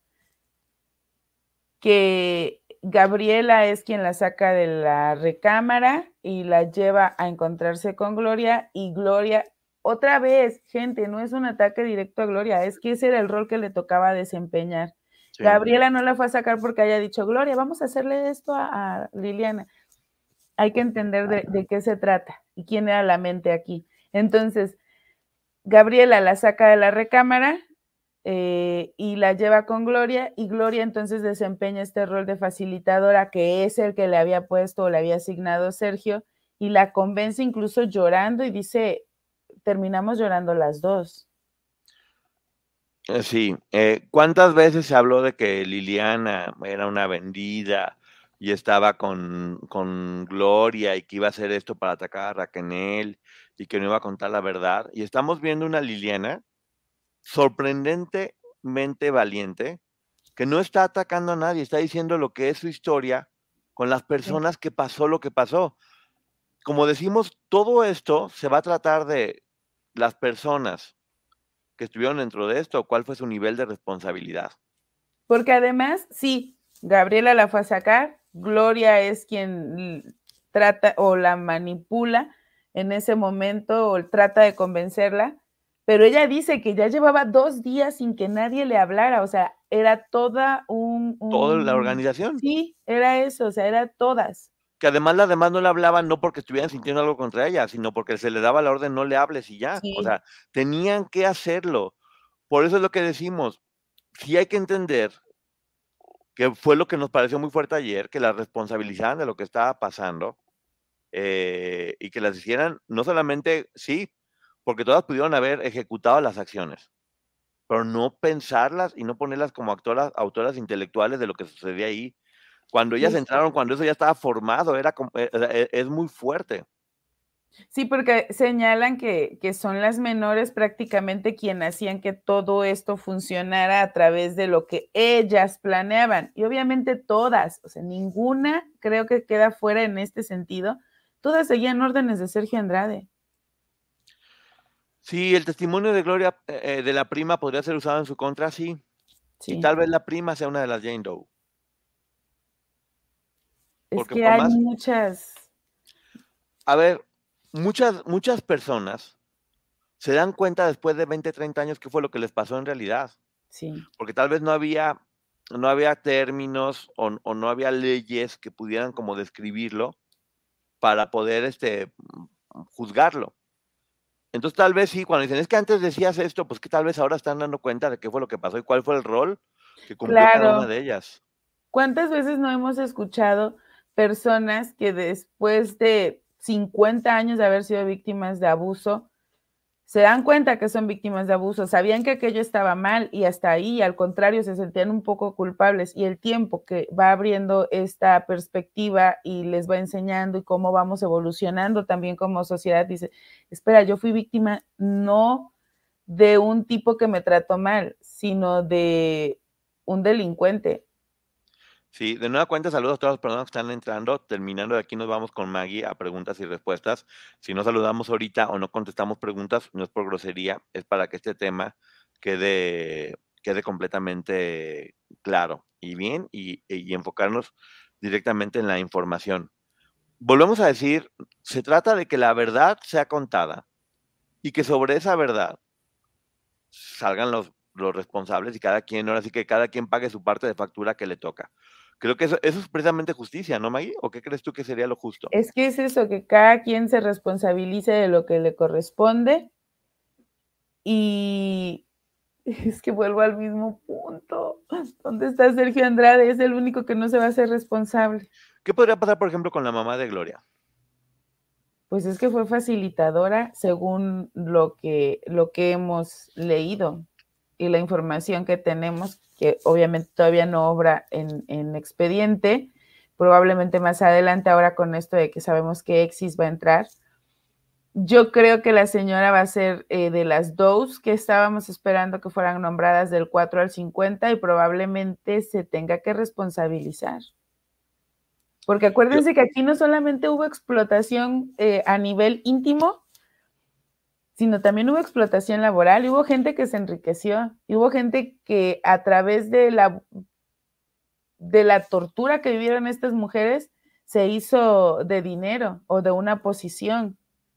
que Gabriela es quien la saca de la recámara y la lleva a encontrarse con Gloria, y Gloria, otra vez, gente, no es un ataque directo a Gloria, es que ese era el rol que le tocaba desempeñar. Sí. Gabriela no la fue a sacar porque haya dicho, Gloria, vamos a hacerle esto a, a Liliana. Hay que entender de, de qué se trata y quién era la mente aquí. Entonces, Gabriela la saca de la recámara eh, y la lleva con Gloria, y Gloria entonces desempeña este rol de facilitadora, que es el que le había puesto o le había asignado Sergio, y la convence incluso llorando y dice, terminamos llorando las dos. Sí, eh, ¿cuántas veces se habló de que Liliana era una vendida y estaba con, con Gloria y que iba a hacer esto para atacar a Raquel y que no iba a contar la verdad? Y estamos viendo una Liliana sorprendentemente valiente que no está atacando a nadie, está diciendo lo que es su historia con las personas que pasó lo que pasó. Como decimos, todo esto se va a tratar de las personas que estuvieron dentro de esto, cuál fue su nivel de responsabilidad. Porque además, sí, Gabriela la fue a sacar, Gloria es quien trata o la manipula en ese momento o trata de convencerla, pero ella dice que ya llevaba dos días sin que nadie le hablara, o sea, era toda un... un... ¿Toda la organización? Sí, era eso, o sea, era todas. Que además las demás no le hablaban no porque estuvieran sintiendo algo contra ella, sino porque se le daba la orden no le hables y ya. Sí. O sea, tenían que hacerlo. Por eso es lo que decimos. Sí hay que entender que fue lo que nos pareció muy fuerte ayer, que las responsabilizaran de lo que estaba pasando eh, y que las hicieran, no solamente, sí, porque todas pudieron haber ejecutado las acciones, pero no pensarlas y no ponerlas como actoras, autoras intelectuales de lo que sucedía ahí. Cuando ellas Sí. entraron, cuando eso ya estaba formado, era como, eh, es muy fuerte. Sí, porque señalan que, que son las menores prácticamente quienes hacían que todo esto funcionara a través de lo que ellas planeaban. Y obviamente todas, o sea, ninguna creo que queda fuera en este sentido. Todas seguían órdenes de Sergio Andrade. Sí, el testimonio de Gloria, eh, de la prima, podría ser usado en su contra, sí. Sí. Y tal vez la prima sea una de las Jane Doe. Es Porque que por hay más... muchas... A ver, muchas, muchas personas se dan cuenta después de veinte, treinta años qué fue lo que les pasó en realidad. Sí. Porque tal vez no había, no había términos o, o no había leyes que pudieran como describirlo para poder este, juzgarlo. Entonces tal vez sí, cuando dicen, es que antes decías esto, pues que tal vez ahora están dando cuenta de qué fue lo que pasó y cuál fue el rol que cumplió Claro. cada una de ellas. ¿Cuántas veces no hemos escuchado personas que después de cincuenta años de haber sido víctimas de abuso, se dan cuenta que son víctimas de abuso, sabían que aquello estaba mal y hasta ahí, al contrario, se sentían un poco culpables, y el tiempo que va abriendo esta perspectiva y les va enseñando y cómo vamos evolucionando también como sociedad, dice, espera, yo fui víctima no de un tipo que me trató mal, sino de un delincuente. Sí, de nueva cuenta, saludos a todas las personas que están entrando. Terminando de aquí nos vamos con Maggie a preguntas y respuestas. Si no saludamos ahorita o no contestamos preguntas, no es por grosería, es para que este tema quede, quede completamente claro y bien y, y enfocarnos directamente en la información. Volvemos a decir, se trata de que la verdad sea contada y que sobre esa verdad salgan los, los responsables y cada quien, ahora sí que cada quien pague su parte de factura que le toca. Creo que eso, eso es precisamente justicia, ¿no, Maggie? ¿O qué crees tú que sería lo justo? Es que es eso, que cada quien se responsabilice de lo que le corresponde, y es que vuelvo al mismo punto. ¿Dónde está Sergio Andrade? Es el único que no se va a hacer responsable. ¿Qué podría pasar, por ejemplo, con la mamá de Gloria? Pues es que fue facilitadora según lo que, lo que hemos leído y la información que tenemos, que obviamente todavía no obra en, en expediente, probablemente más adelante, ahora con esto de que sabemos que Exis va a entrar. Yo creo que la señora va a ser eh, de las dos que estábamos esperando que fueran nombradas del cuatro al cincuenta, y probablemente se tenga que responsabilizar. Porque acuérdense que aquí no solamente hubo explotación eh, a nivel íntimo, sino también hubo explotación laboral, y hubo gente que se enriqueció, y hubo gente que a través de la, de la tortura que vivieron estas mujeres se hizo de dinero o de una posición.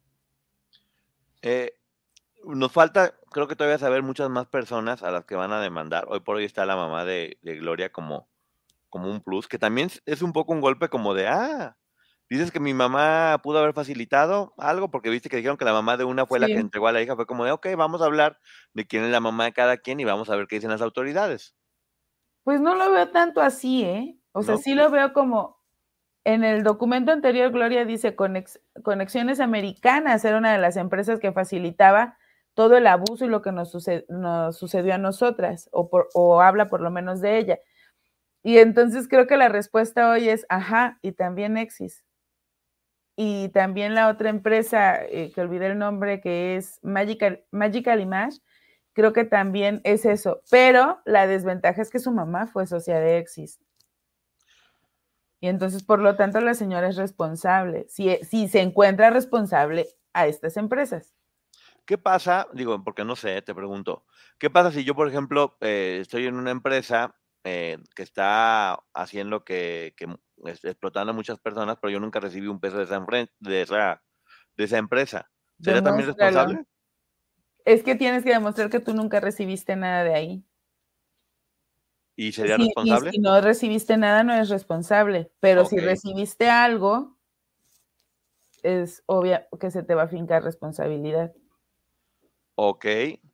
Eh, nos falta, creo que todavía saber muchas más personas a las que van a demandar. Hoy por hoy está la mamá de, de Gloria como, como un plus, que también es un poco un golpe como de, ah, dices que mi mamá pudo haber facilitado algo, porque viste que dijeron que la mamá de una fue Sí. la que entregó a la hija, fue como de, ok, vamos a hablar de quién es la mamá de cada quien y vamos a ver qué dicen las autoridades. Pues no lo veo tanto así, ¿eh? O sea, ¿No? sí lo veo como, En el documento anterior, Gloria dice Conex, Conexiones Americanas era una de las empresas que facilitaba todo el abuso y lo que nos, suced, nos sucedió a nosotras, o, por, o habla por lo menos de ella. Y entonces creo que la respuesta hoy es, ajá, y también Exis. Y también la otra empresa, eh, que olvidé el nombre, que es Magical, Magical Image, creo que también es eso. Pero la desventaja es que su mamá fue socia de Exis. Y entonces, por lo tanto, la señora es responsable, si, si se encuentra responsable a estas empresas. ¿Qué pasa? Digo, porque no sé, te pregunto. ¿Qué pasa si yo, por ejemplo, eh, estoy en una empresa eh, que está haciendo que, que explotando a muchas personas, pero yo nunca recibí un peso de esa, de esa, de esa empresa? ¿Sería Demuéstralo. también responsable? Es que tienes que demostrar que tú nunca recibiste nada de ahí. ¿Y sería Sí, responsable? Y si no recibiste nada, no eres responsable. Pero okay. si recibiste algo, es obvio que se te va a fincar responsabilidad. Ok.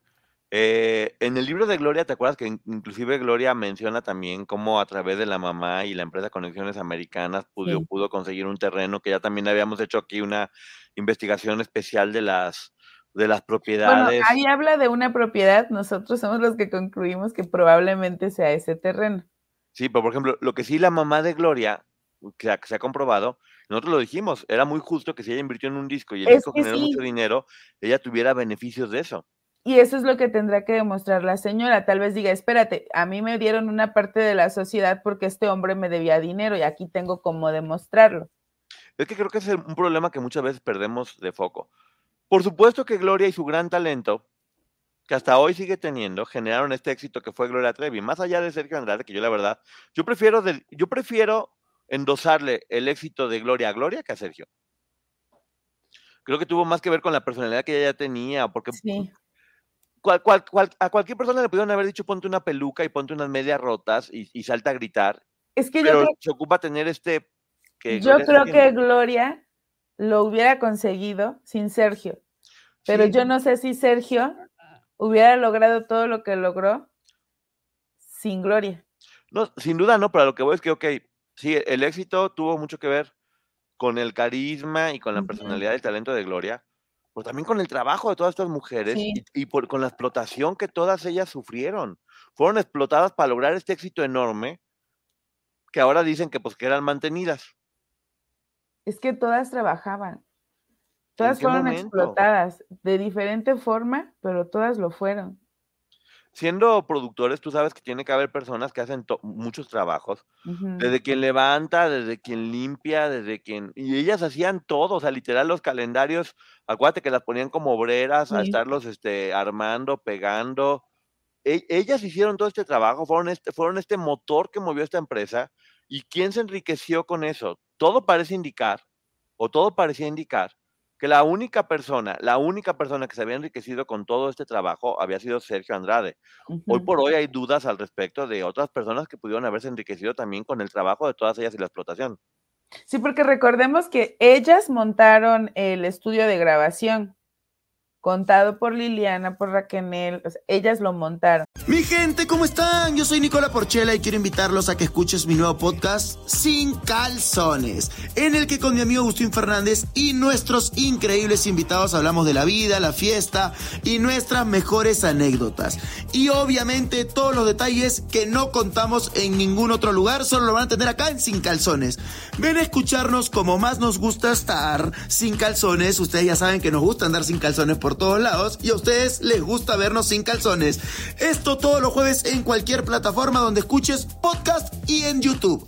Eh, en el libro de Gloria, ¿te acuerdas que inclusive Gloria menciona también cómo a través de la mamá y la empresa Conexiones Americanas pudo, sí. pudo conseguir un terreno, que ya también habíamos hecho aquí una investigación especial de las, de las propiedades? Bueno, ahí habla de una propiedad, nosotros somos los que concluimos que probablemente sea ese terreno. Sí, pero por ejemplo, lo que sí la mamá de Gloria, que, que se ha comprobado, nosotros lo dijimos, era muy justo que si ella invirtió en un disco y el es disco generó sí. mucho dinero, ella tuviera beneficios de eso. Y eso es lo que tendrá que demostrar la señora. Tal vez diga, espérate, a mí me dieron una parte de la sociedad porque este hombre me debía dinero y aquí tengo cómo demostrarlo. Es que creo que ese es un problema que muchas veces perdemos de foco. Por supuesto que Gloria y su gran talento, que hasta hoy sigue teniendo, generaron este éxito que fue Gloria Trevi. Más allá de Sergio Andrade, que yo la verdad, yo prefiero, de, yo prefiero endosarle el éxito de Gloria a Gloria que a Sergio. Creo que tuvo más que ver con la personalidad que ella ya tenía, porque sí. cual, cual, cual, a cualquier persona le pudieron haber dicho ponte una peluca y ponte unas medias rotas y, y salta a gritar. Es que pero yo creo, se ocupa tener este... Que yo creo que Gloria lo hubiera conseguido sin Sergio, pero sí. Yo no sé si Sergio hubiera logrado todo lo que logró sin Gloria. No, sin duda no, pero lo que voy es que, ok, sí, el éxito tuvo mucho que ver con el carisma y con la personalidad y el talento de Gloria, pero también con el trabajo de todas estas mujeres sí. y, y por, con la explotación que todas ellas sufrieron. Fueron explotadas para lograr este éxito enorme que ahora dicen que pues que eran mantenidas. Es que todas trabajaban. Todas fueron momento? explotadas de diferente forma, pero todas lo fueron. Siendo productores, tú sabes que tiene que haber personas que hacen muchos trabajos, uh-huh. desde quien levanta, desde quien limpia, desde quien... Y ellas hacían todo, o sea, literal los calendarios, acuérdate que las ponían como obreras, sí. a estarlos este, armando, pegando. E- ellas hicieron todo este trabajo, fueron este, fueron este motor que movió esta empresa. ¿Y quién se enriqueció con eso? Todo parece indicar, o todo parecía indicar, que la única persona, la única persona que se había enriquecido con todo este trabajo había sido Sergio Andrade. Uh-huh. Hoy por hoy hay dudas al respecto de otras personas que pudieron haberse enriquecido también con el trabajo de todas ellas y la explotación. Sí, porque recordemos que ellas montaron el estudio de grabación, contado por Liliana, por Raquel, o sea, ellas lo montaron. Mi gente, ¿cómo están? Yo soy Nicola Porchela y quiero invitarlos a que escuches mi nuevo podcast Sin Calzones, en el que con mi amigo Agustín Fernández y nuestros increíbles invitados hablamos de la vida, la fiesta y nuestras mejores anécdotas. Y obviamente todos los detalles que no contamos en ningún otro lugar, solo lo van a tener acá en Sin Calzones. Ven a escucharnos como más nos gusta estar sin calzones. Ustedes ya saben que nos gusta andar sin calzones por todos lados y a ustedes les gusta vernos sin calzones. Esto todos los jueves en cualquier plataforma donde escuches podcast y en YouTube.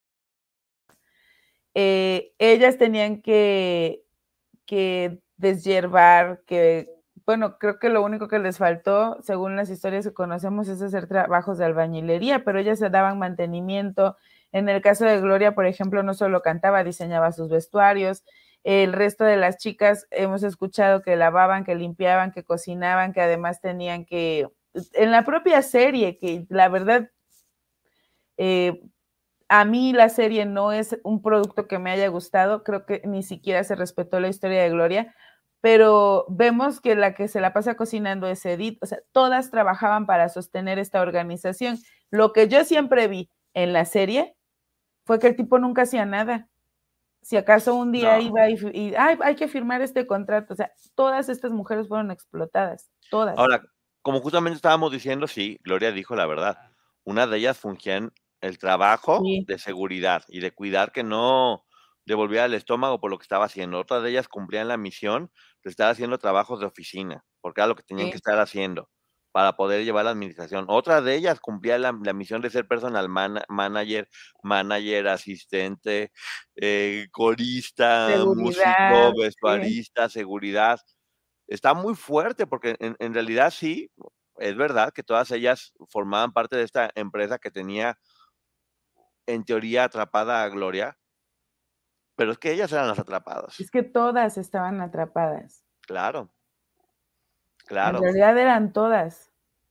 Eh, ellas tenían que, que deshiervar, que, bueno, creo que lo único que les faltó, según las historias que conocemos, es hacer trabajos de albañilería, pero ellas se daban mantenimiento. En el caso de Gloria, por ejemplo, no solo cantaba, diseñaba sus vestuarios. El resto de las chicas hemos escuchado que lavaban, que limpiaban, que cocinaban, que además tenían que... En la propia serie, que la verdad, eh, a mí la serie no es un producto que me haya gustado, creo que ni siquiera se respetó la historia de Gloria, pero vemos que la que se la pasa cocinando es Edith, o sea, todas trabajaban para sostener esta organización. Lo que yo siempre vi en la serie fue que el tipo nunca hacía nada. Si acaso un día No. iba y, y ay, hay que firmar este contrato. O sea, todas estas mujeres fueron explotadas, todas. Ahora, como justamente estábamos diciendo, sí, Gloria dijo la verdad. Una de ellas fungía en el trabajo Sí. de seguridad y de cuidar que no devolviera el estómago por lo que estaba haciendo. Otras de ellas cumplían la misión de estar haciendo trabajos de oficina, porque era lo que tenían Sí. que estar haciendo para poder llevar la administración. Otra de ellas cumplía la, la misión de ser personal man, manager, manager, asistente, eh, corista, Seguridad, músico, sí. vestuarista, seguridad. Está muy fuerte porque en, en realidad sí, es verdad que todas ellas formaban parte de esta empresa que tenía en teoría atrapada a Gloria, pero es que ellas eran las atrapadas. Es que todas estaban atrapadas. Claro, En claro. realidad eran todas.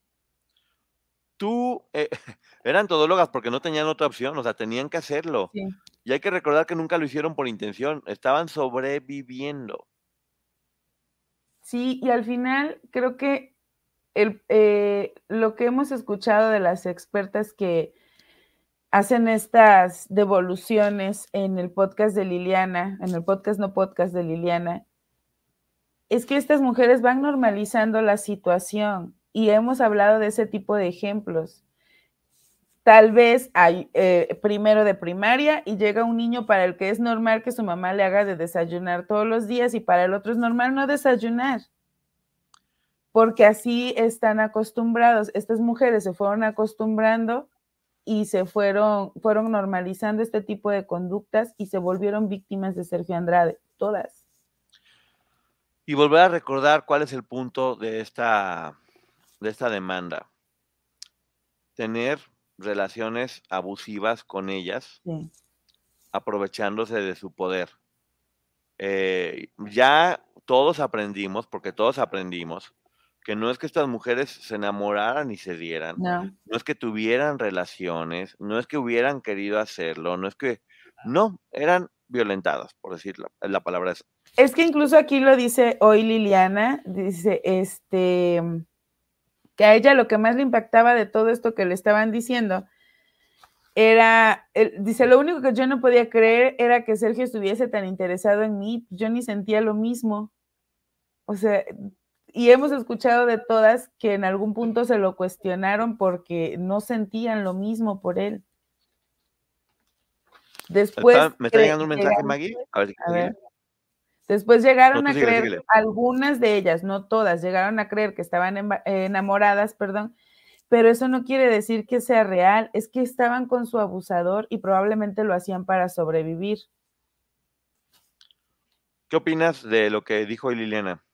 Tú, eh, eran todólogas porque no tenían otra opción, o sea, tenían que hacerlo. Sí. Y hay que recordar que nunca lo hicieron por intención, estaban sobreviviendo. Sí, y al final creo que el, eh, lo que hemos escuchado de las expertas que hacen estas devoluciones en el podcast de Liliana, en el podcast no podcast de Liliana, es que estas mujeres van normalizando la situación y hemos hablado de ese tipo de ejemplos. Tal vez hay eh, primero de primaria y llega un niño para el que es normal que su mamá le haga de desayunar todos los días y para el otro es normal no desayunar. Porque así están acostumbrados. Estas mujeres se fueron acostumbrando y se fueron, fueron normalizando este tipo de conductas y se volvieron víctimas de Sergio Andrade, todas. Y volver a recordar cuál es el punto de esta, de esta demanda. Tener relaciones abusivas con ellas, Sí. aprovechándose de su poder. Eh, ya todos aprendimos, porque todos aprendimos, que no es que estas mujeres se enamoraran y se dieran, No. no es que tuvieran relaciones, no es que hubieran querido hacerlo, no es que, no, eran violentadas, por decir la, la palabra esa. Es que incluso aquí lo dice hoy Liliana, dice, este, que a ella lo que más le impactaba de todo esto que le estaban diciendo era, el, dice, lo único que yo no podía creer era que Sergio estuviese tan interesado en mí, yo ni sentía lo mismo. O sea, y hemos escuchado de todas que en algún punto se lo cuestionaron porque no sentían lo mismo por él. Después, ¿Está, ¿Me está llegando un mensaje, llegaron, Maggie? A ver si a ver. Después llegaron no, a síguele, creer, síguele. algunas de ellas, no todas, llegaron a creer que estaban en, eh, enamoradas, perdón, pero eso no quiere decir que sea real, es que estaban con su abusador y probablemente lo hacían para sobrevivir. ¿Qué opinas de lo que dijo Liliana?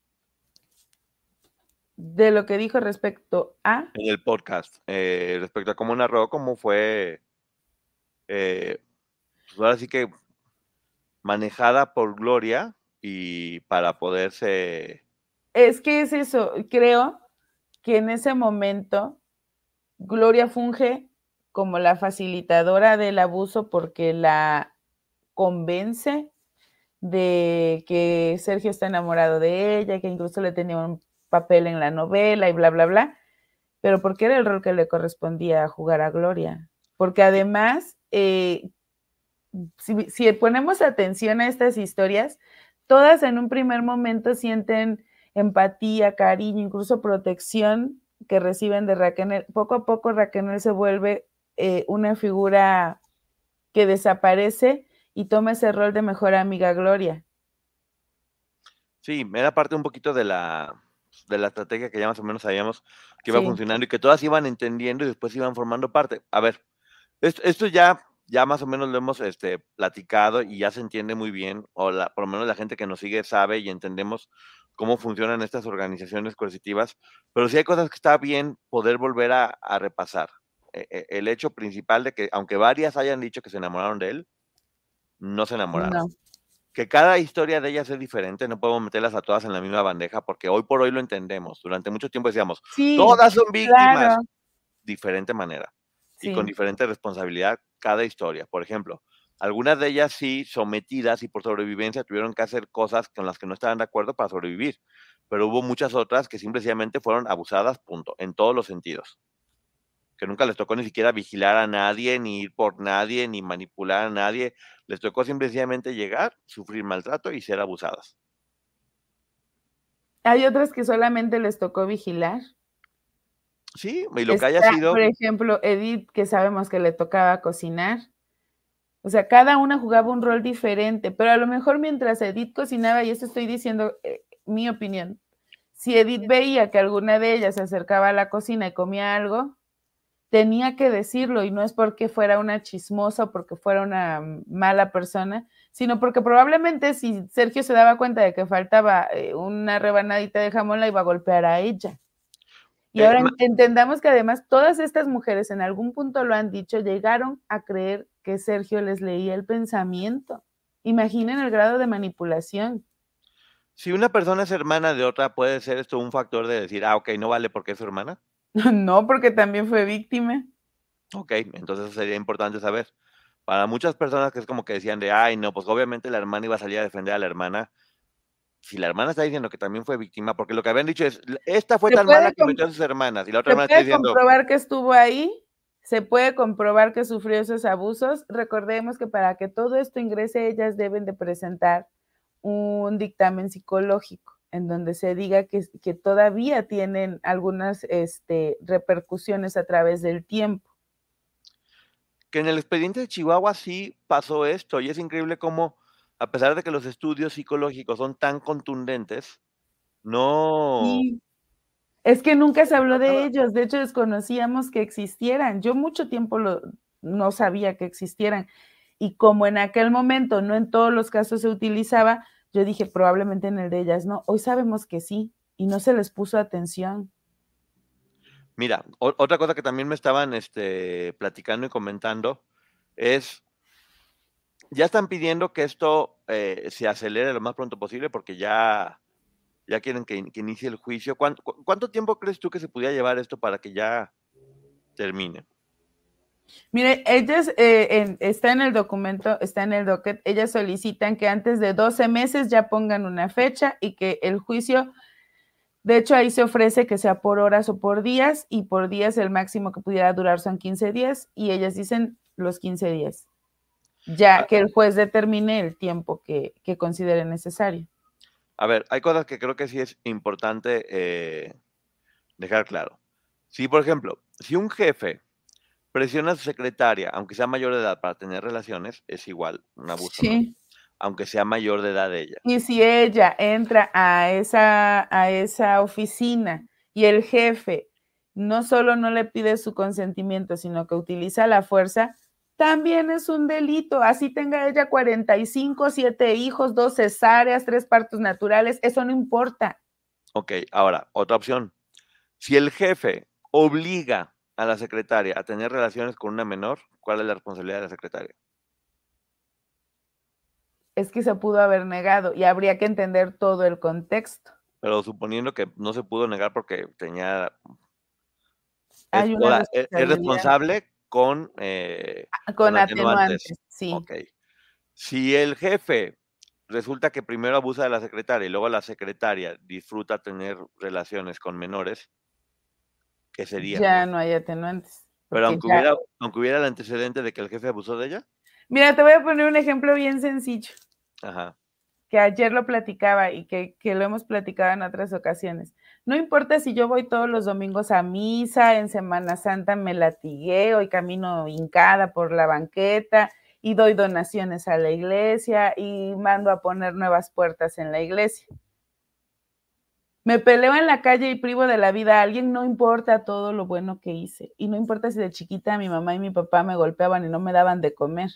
De lo que dijo respecto a... En el podcast, eh, respecto a cómo narró, cómo fue, eh, pues ahora sí que manejada por Gloria y para poderse... Es que es eso, creo que en ese momento Gloria funge como la facilitadora del abuso porque la convence de que Sergio está enamorado de ella, que incluso le tenía un papel en la novela y bla, bla, bla, pero porque era el rol que le correspondía jugar a Gloria. Porque además, eh, si, si ponemos atención a estas historias, todas en un primer momento sienten empatía, cariño, incluso protección que reciben de Raquel. Poco a poco Raquel se vuelve eh, una figura que desaparece y toma ese rol de mejor amiga Gloria. Sí, era parte un poquito de la, de la estrategia que ya más o menos sabíamos que iba Sí. funcionando y que todas iban entendiendo y después iban formando parte. A ver, esto, esto ya, ya más o menos lo hemos este, platicado y ya se entiende muy bien, o la, por lo menos la gente que nos sigue sabe y entendemos cómo funcionan estas organizaciones coercitivas, pero sí hay cosas que está bien poder volver a, a repasar. Eh, el hecho principal de que, aunque varias hayan dicho que se enamoraron de él, no se enamoraron. No. Que cada historia de ellas es diferente, no podemos meterlas a todas en la misma bandeja, porque hoy por hoy lo entendemos. Durante mucho tiempo decíamos, sí, todas son víctimas, claro. diferente manera, Sí. y con diferente responsabilidad cada historia. Por ejemplo, algunas de ellas sí, sometidas y por sobrevivencia, tuvieron que hacer cosas con las que no estaban de acuerdo para sobrevivir, pero hubo muchas otras que simplemente fueron abusadas, punto, en todos los sentidos. que nunca les tocó ni siquiera vigilar a nadie, ni ir por nadie, ni manipular a nadie. Les tocó simplemente llegar, sufrir maltrato y ser abusadas. Hay otras que solamente les tocó vigilar. Sí, y lo Está, que haya sido... por ejemplo, Edith, que sabemos que le tocaba cocinar. O sea, cada una jugaba un rol diferente, pero a lo mejor mientras Edith cocinaba, y esto estoy diciendo eh, mi opinión, si Edith veía que alguna de ellas se acercaba a la cocina y comía algo, tenía que decirlo, y no es porque fuera una chismosa o porque fuera una mala persona, sino porque probablemente si Sergio se daba cuenta de que faltaba eh, una rebanadita de jamón, la iba a golpear a ella. Y ahora eh, entendamos que además todas estas mujeres en algún punto lo han dicho, llegaron a creer que Sergio les leía el pensamiento. Imaginen el grado de manipulación. Si una persona es hermana de otra, ¿puede ser esto un factor de decir, ah, ok, no vale porque es su hermana? No, porque también fue víctima. Ok, entonces eso sería importante saber. Para muchas personas que es como que decían de, ay, no, pues obviamente la hermana iba a salir a defender a la hermana. Si la hermana está diciendo que también fue víctima, porque lo que habían dicho es, esta fue tan mala que metió a sus hermanas, y la otra hermana está diciendo... ¿Se puede comprobar que estuvo ahí? ¿Se puede comprobar que sufrió esos abusos? Recordemos que para que todo esto ingrese, ellas deben de presentar un dictamen psicológico, en donde se diga que, que todavía tienen algunas este, repercusiones a través del tiempo. Que en el expediente de Chihuahua sí pasó esto, y es increíble cómo, a pesar de que los estudios psicológicos son tan contundentes, no... Sí. Es que nunca se habló de ellos, de hecho desconocíamos que existieran. Yo mucho tiempo lo, no sabía que existieran, y como en aquel momento no en todos los casos se utilizaba, yo dije probablemente en el de ellas no. Hoy sabemos que sí, y no se les puso atención. Mira, o, otra cosa que también me estaban este, platicando y comentando es, ya están pidiendo que esto eh, se acelere lo más pronto posible porque ya, ya quieren que, que inicie el juicio. ¿Cuánto, ¿Cuánto tiempo crees tú que se pudiera llevar esto para que ya termine? Mire, ellas, eh, en, está en el documento, está en el docket, ellas solicitan que antes de doce meses ya pongan una fecha y que el juicio, de hecho ahí se ofrece que sea por horas o por días, y por días el máximo que pudiera durar son quince días, y ellas dicen los quince días, ya ah, que el juez determine el tiempo que, que considere necesario. A ver, hay cosas que creo que sí es importante eh, dejar claro. Si, por ejemplo, si un jefe presiona a su secretaria, aunque sea mayor de edad, para tener relaciones, es igual un abuso, sí, ¿no? Aunque sea mayor de edad ella. Y si ella entra a esa, a esa oficina y el jefe no solo no le pide su consentimiento, sino que utiliza la fuerza, también es un delito. Así tenga ella cuarenta y cinco, siete hijos, dos cesáreas, tres partos naturales, eso no importa. Ok, ahora, otra opción. Si el jefe obliga a la secretaria a tener relaciones con una menor, ¿cuál es la responsabilidad de la secretaria? Es que se pudo haber negado y habría que entender todo el contexto. Pero suponiendo que no se pudo negar porque tenía... Hay es, una es, es responsable con... Eh, con, con atenuantes. atenuantes, sí. Ok. Si el jefe resulta que primero abusa de la secretaria y luego la secretaria disfruta tener relaciones con menores, ¿qué sería? Ya no hay atenuantes. Pero aunque, ya... hubiera, aunque hubiera el antecedente de que el jefe abusó de ella. Mira, te voy a poner un ejemplo bien sencillo. Ajá. Que ayer lo platicaba y que, que lo hemos platicado en otras ocasiones. No importa si yo voy todos los domingos a misa, en Semana Santa me latigueo y camino hincada por la banqueta y doy donaciones a la iglesia y mando a poner nuevas puertas en la iglesia. Me peleo en la calle y privo de la vida a alguien, no importa todo lo bueno que hice. Y no importa si de chiquita mi mamá y mi papá me golpeaban y no me daban de comer.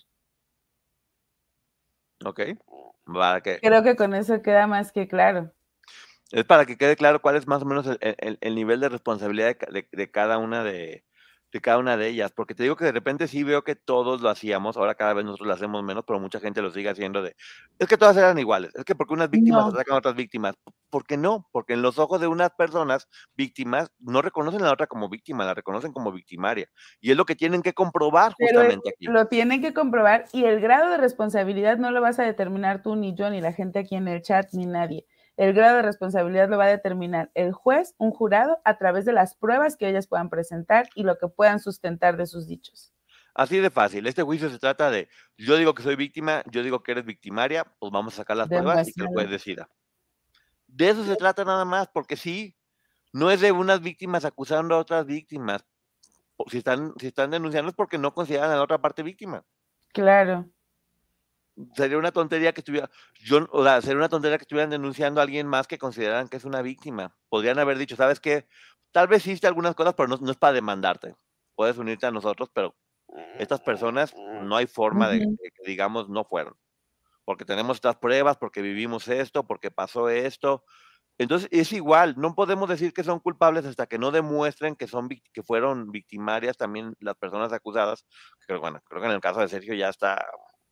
Ok. Para que, Creo que con eso queda más que claro. Es para que quede claro cuál es más o menos el, el, el nivel de responsabilidad de, de, de cada una de, de cada una de ellas, porque te digo que de repente sí veo que todos lo hacíamos, ahora cada vez nosotros lo hacemos menos, pero mucha gente lo sigue haciendo de, es que todas eran iguales, es que porque unas víctimas no. atacan a otras víctimas. ¿Por qué no? Porque en los ojos de unas personas víctimas no reconocen a la otra como víctima, la reconocen como victimaria, y es lo que tienen que comprobar justamente pero aquí. Lo tienen que comprobar, y el grado de responsabilidad no lo vas a determinar tú, ni yo, ni la gente aquí en el chat, ni nadie. El grado de responsabilidad lo va a determinar el juez, un jurado, a través de las pruebas que ellas puedan presentar y lo que puedan sustentar de sus dichos. Así de fácil. Este juicio se trata de, yo digo que soy víctima, yo digo que eres victimaria, pues vamos a sacar las pruebas y que el juez decida. De eso se trata nada más, porque sí, no es de unas víctimas acusando a otras víctimas. Si están, si están denunciando es porque no consideran a la otra parte víctima. Claro. Sería una tontería que estuviera, yo, o sea, sería una tontería que estuvieran denunciando a alguien más que consideraran que es una víctima. Podrían haber dicho, ¿sabes qué? Tal vez hiciste algunas cosas, pero no, no es para demandarte. Puedes unirte a nosotros, pero estas personas no hay forma de, Ujú. de que digamos no fueron. Porque tenemos estas pruebas, porque vivimos esto, porque pasó esto. Entonces es igual, no podemos decir que son culpables hasta que no demuestren que son vic- que fueron victimarias también las personas acusadas. Pero bueno, creo que en el caso de Sergio ya está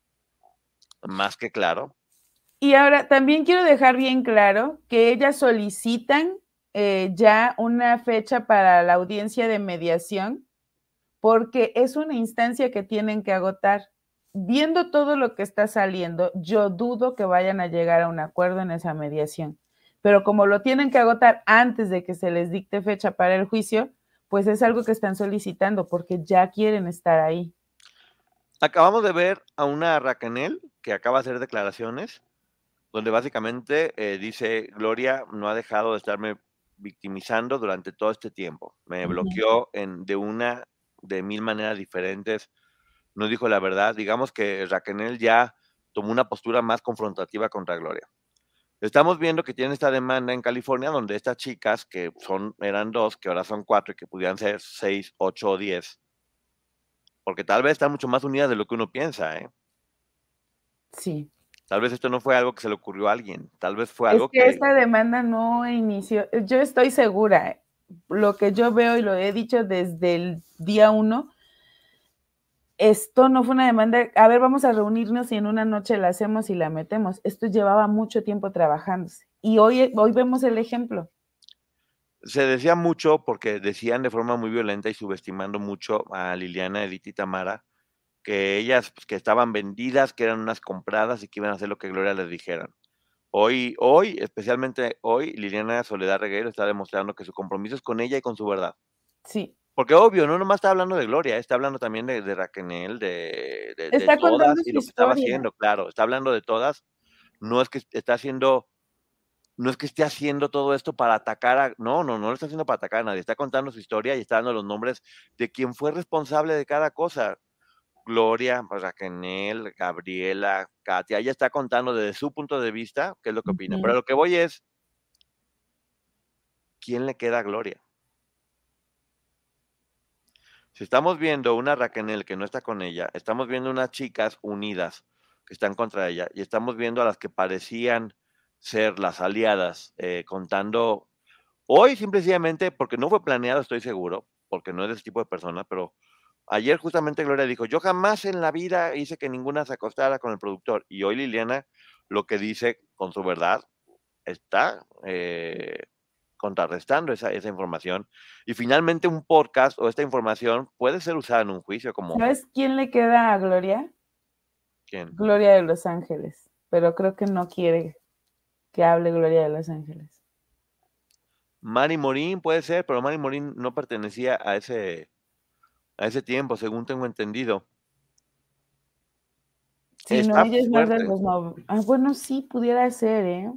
más que claro. Y ahora también quiero dejar bien claro que ellas solicitan eh, ya una fecha para la audiencia de mediación porque es una instancia que tienen que agotar. Viendo todo lo que está saliendo, yo dudo que vayan a llegar a un acuerdo en esa mediación. Pero como lo tienen que agotar antes de que se les dicte fecha para el juicio, pues es algo que están solicitando porque ya quieren estar ahí. Acabamos de ver a una Raquel que acaba de hacer declaraciones donde básicamente eh, dice, Gloria no ha dejado de estarme victimizando durante todo este tiempo. Me Ujú. bloqueó en, de una, de mil maneras diferentes. No dijo la verdad. Digamos que Raquel ya tomó una postura más confrontativa contra Gloria. Estamos viendo que tiene esta demanda en California donde estas chicas, que son, eran dos, que ahora son cuatro y que pudieran ser seis, ocho o diez, porque tal vez están mucho más unidas de lo que uno piensa, ¿eh? Sí. Tal vez esto no fue algo que se le ocurrió a alguien, tal vez fue Es algo que que... esta demanda no inició, yo estoy segura, lo que yo veo y lo he dicho desde el día uno, esto no fue una demanda, a ver, vamos a reunirnos y en una noche la hacemos y la metemos. Esto llevaba mucho tiempo trabajándose. Y hoy, hoy vemos el ejemplo. Se decía mucho, porque decían de forma muy violenta y subestimando mucho a Liliana, Edith y Tamara, que ellas pues, que estaban vendidas, que eran unas compradas y que iban a hacer lo que Gloria les dijeran. Hoy, hoy, especialmente hoy, Liliana Soledad Regueiro está demostrando que su compromiso es con ella y con su verdad. Sí. Porque obvio, no nomás está hablando de Gloria, está hablando también de, de Raquel, de, de, de Está contando todas y su lo que estaba historia. haciendo, claro, está hablando de todas. No es que está haciendo, no es que esté haciendo todo esto para atacar a, no, no, no lo está haciendo para atacar a nadie, está contando su historia y está dando los nombres de quien fue responsable de cada cosa. Gloria, Raquel, Gabriela, Katia, ella está contando desde su punto de vista qué es lo que opina. Ujú. Pero lo que voy es, ¿quién le queda a Gloria? Si estamos viendo una Raquel que no está con ella, estamos viendo unas chicas unidas que están contra ella y estamos viendo a las que parecían ser las aliadas eh, contando hoy simplemente porque no fue planeado, estoy seguro, porque no es de ese tipo de persona, pero ayer justamente Gloria dijo, yo jamás en la vida hice que ninguna se acostara con el productor. Y hoy Liliana lo que dice con su verdad está eh, contrarrestando esa, esa información. Y finalmente un podcast o esta información puede ser usada en un juicio como... ¿Sabes quién le queda a Gloria? ¿Quién? Gloria de Los Ángeles. Pero creo que no quiere que hable Gloria de Los Ángeles. Mari Morín puede ser, pero Mari Morín no pertenecía a ese, a ese tiempo, según tengo entendido. Sí, no, Está ella es más de fuerte. los no. Ah, bueno, sí, pudiera ser, ¿eh?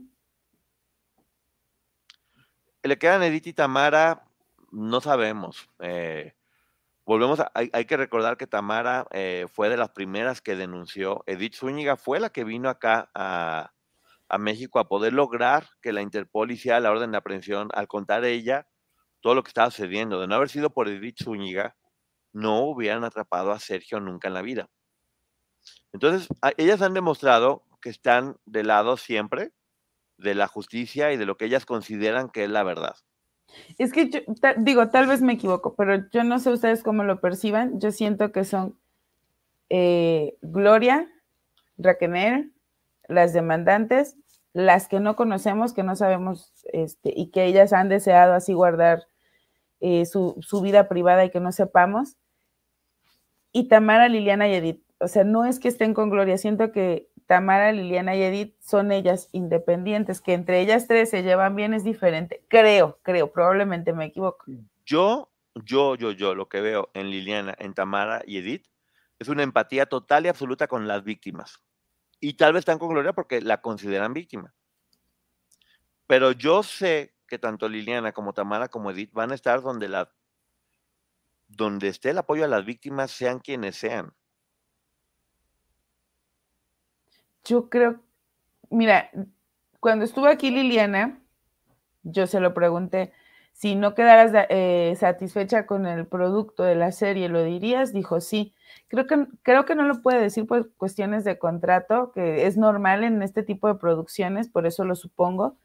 Le quedan Edith y Tamara, no sabemos. Eh, volvemos a, hay, hay que recordar que Tamara eh, fue de las primeras que denunció. Edith Zúñiga fue la que vino acá a, a México a poder lograr que la Interpol hiciera la orden de aprehensión al contar ella todo lo que estaba sucediendo. De no haber sido por Edith Zúñiga, no hubieran atrapado a Sergio nunca en la vida. Entonces, a, ellas han demostrado que están del lado siempre de la justicia y de lo que ellas consideran que es la verdad. Es que yo, ta, digo, tal vez me equivoco, pero yo no sé ustedes cómo lo perciban. Yo siento que son eh, Gloria, Raquel, las demandantes, las que no conocemos, que no sabemos, este, y que ellas han deseado así guardar eh, su, su vida privada y que no sepamos, y Tamara, Liliana y Edith. O sea, no es que estén con Gloria, siento que Tamara, Liliana y Edith son ellas independientes, que entre ellas tres se llevan bien es diferente. Creo, creo, probablemente me equivoco. Yo, yo, yo, yo, lo que veo en Liliana, en Tamara y Edith es una empatía total y absoluta con las víctimas. Y tal vez están con Gloria porque la consideran víctima. Pero yo sé que tanto Liliana como Tamara como Edith van a estar donde, la, donde esté el apoyo a las víctimas, sean quienes sean. Yo creo, mira, cuando estuvo aquí Liliana, yo se lo pregunté, si no quedaras eh, satisfecha con el producto de la serie, ¿lo dirías? Dijo sí. Creo que, creo que no lo puede decir por cuestiones de contrato, que es normal en este tipo de producciones, por eso lo supongo.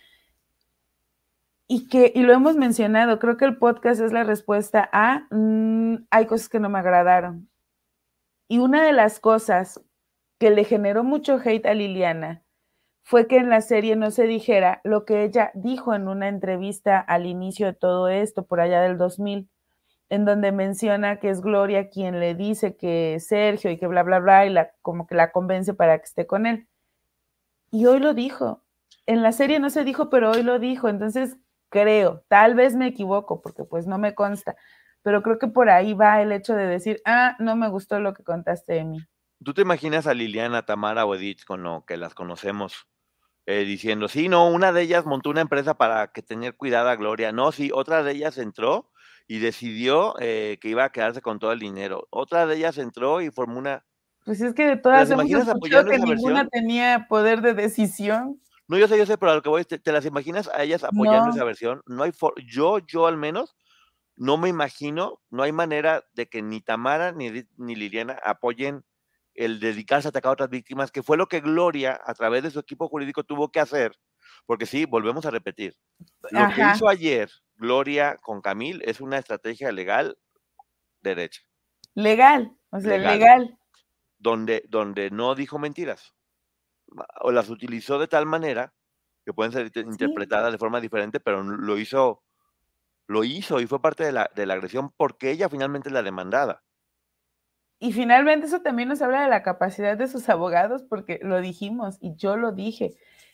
Y que, y lo hemos mencionado, creo que el podcast es la respuesta a, mmm, hay cosas que no me agradaron. Y una de las cosas que le generó mucho hate a Liliana fue que en la serie no se dijera lo que ella dijo en una entrevista al inicio de todo esto, por allá del dos mil, en donde menciona que es Gloria quien le dice que Sergio y que bla, bla, bla, y la, como que la convence para que esté con él. Y hoy lo dijo. En la serie no se dijo, pero hoy lo dijo. Entonces, creo, tal vez me equivoco, porque pues no me consta, pero creo que por ahí va el hecho de decir, ah, no me gustó lo que contaste de mí. ¿Tú te imaginas a Liliana, Tamara o Edith, con lo que las conocemos, eh, diciendo, sí, no, una de ellas montó una empresa para que tener cuidado a Gloria? No, sí, otra de ellas entró y decidió eh, que iba a quedarse con todo el dinero. Otra de ellas entró y formó una... Pues es que de todas hemos escuchado que esa ninguna versión? tenía poder de decisión. No, yo sé, yo sé, pero a lo que voy, ¿te, te las imaginas a ellas apoyando No. esa versión? No hay for... yo, yo al menos, no me imagino, no hay manera de que ni Tamara ni, ni Liliana apoyen el dedicarse a atacar a otras víctimas, que fue lo que Gloria, a través de su equipo jurídico, tuvo que hacer. Porque sí, volvemos a repetir, lo Ajá. que hizo ayer Gloria con Camil es una estrategia legal derecha. Legal, o sea, legal. legal. Donde, donde no dijo mentiras. O las utilizó de tal manera que pueden ser sí. interpretadas de forma diferente, pero lo hizo, lo hizo y fue parte de la, de la agresión porque ella finalmente es la demandada. Y finalmente eso también nos habla de la capacidad de sus abogados, porque lo dijimos y yo lo dije.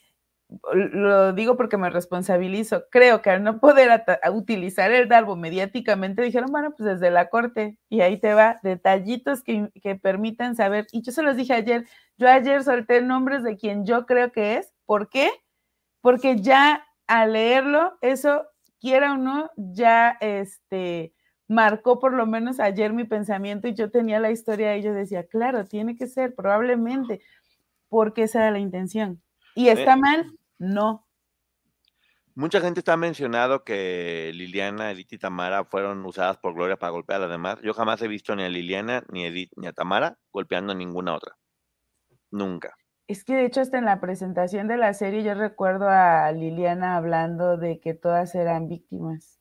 Lo digo porque me responsabilizo. Creo que al no poder utilizar el Darbo mediáticamente, dijeron, bueno, pues desde la corte, y ahí te va, detallitos que, que permitan saber. Y yo se los dije ayer, yo ayer solté nombres de quien yo creo que es. ¿Por qué? Porque ya al leerlo, eso, quiera o no, ya este, marcó por lo menos ayer mi pensamiento, y yo tenía la historia y yo decía, claro, tiene que ser, probablemente, porque esa era la intención. ¿Y está eh, mal? No. Mucha gente está mencionado que Liliana, Edith y Tamara fueron usadas por Gloria para golpear a las demás. Yo jamás he visto ni a Liliana, ni a Edith, ni a Tamara golpeando a ninguna otra. Nunca. Es que de hecho hasta en la presentación de la serie yo recuerdo a Liliana hablando de que todas eran víctimas.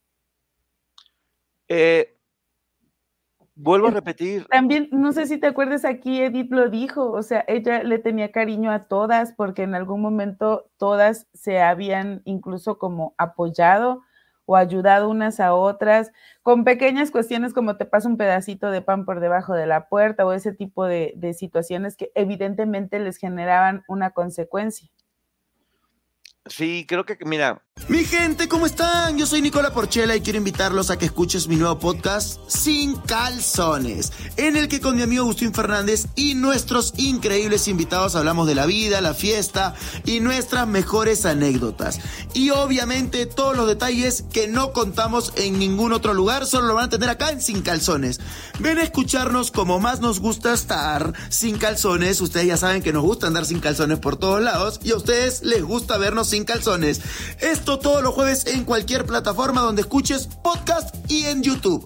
Eh, vuelvo a repetir. También, no sé si te acuerdas, aquí Edith lo dijo, o sea, ella le tenía cariño a todas porque en algún momento todas se habían incluso como apoyado o ayudado unas a otras, con pequeñas cuestiones como te pasa un pedacito de pan por debajo de la puerta o ese tipo de, de situaciones que evidentemente les generaban una consecuencia. Sí, creo que, mira. Mi gente, ¿cómo están? Yo soy Nicola Porchela y quiero invitarlos a que escuches mi nuevo podcast Sin Calzones, en el que con mi amigo Agustín Fernández y nuestros increíbles invitados hablamos de la vida, la fiesta y nuestras mejores anécdotas. Y obviamente todos los detalles que no contamos en ningún otro lugar, solo lo van a tener acá en Sin Calzones. Ven a escucharnos como más nos gusta estar sin calzones. Ustedes ya saben que nos gusta andar sin calzones por todos lados y a ustedes les gusta vernos sin calzones. Esto todos los jueves en cualquier plataforma donde escuches podcast y en YouTube.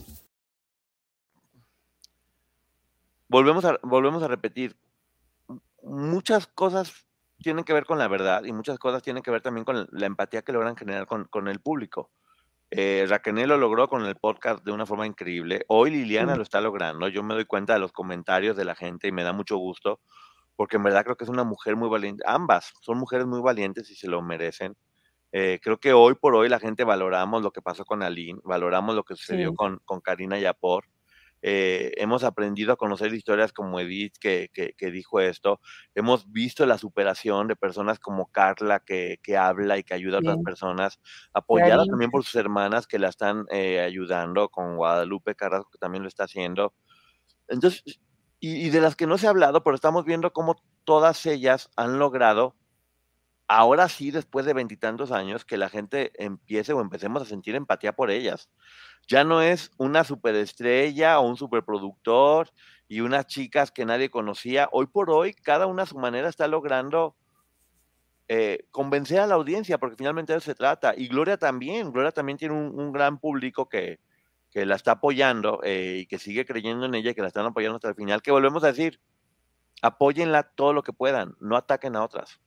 Volvemos a, volvemos a repetir. Muchas cosas tienen que ver con la verdad y muchas cosas tienen que ver también con la empatía que logran generar con, con el público. Eh, Raquel lo logró con el podcast de una forma increíble. Hoy Liliana sí. lo está logrando. Yo me doy cuenta de los comentarios de la gente y me da mucho gusto porque en verdad creo que es una mujer muy valiente. Ambas son mujeres muy valientes y se lo merecen. Eh, creo que hoy por hoy la gente valoramos lo que pasó con Aline, valoramos lo que sucedió sí. con, con Karina Yapor. eh, hemos aprendido a conocer historias como Edith, que, que, que dijo esto, hemos visto la superación de personas como Carla, que, que habla y que ayuda a otras Sí. personas, apoyada Karin. también por sus hermanas que la están eh, ayudando, con Guadalupe Carrasco, que también lo está haciendo. Entonces, y, y de las que no se ha hablado, pero estamos viendo cómo todas ellas han logrado, ahora sí, después de veintitantos años, que la gente empiece o empecemos a sentir empatía por ellas. Ya no es una superestrella o un superproductor y unas chicas que nadie conocía. Hoy por hoy, cada una a su manera está logrando eh, convencer a la audiencia, porque finalmente de eso se trata. Y Gloria también, Gloria también tiene un, un gran público que, que la está apoyando eh, y que sigue creyendo en ella y que la están apoyando hasta el final. Que volvemos a decir, apóyenla todo lo que puedan, no ataquen a otras.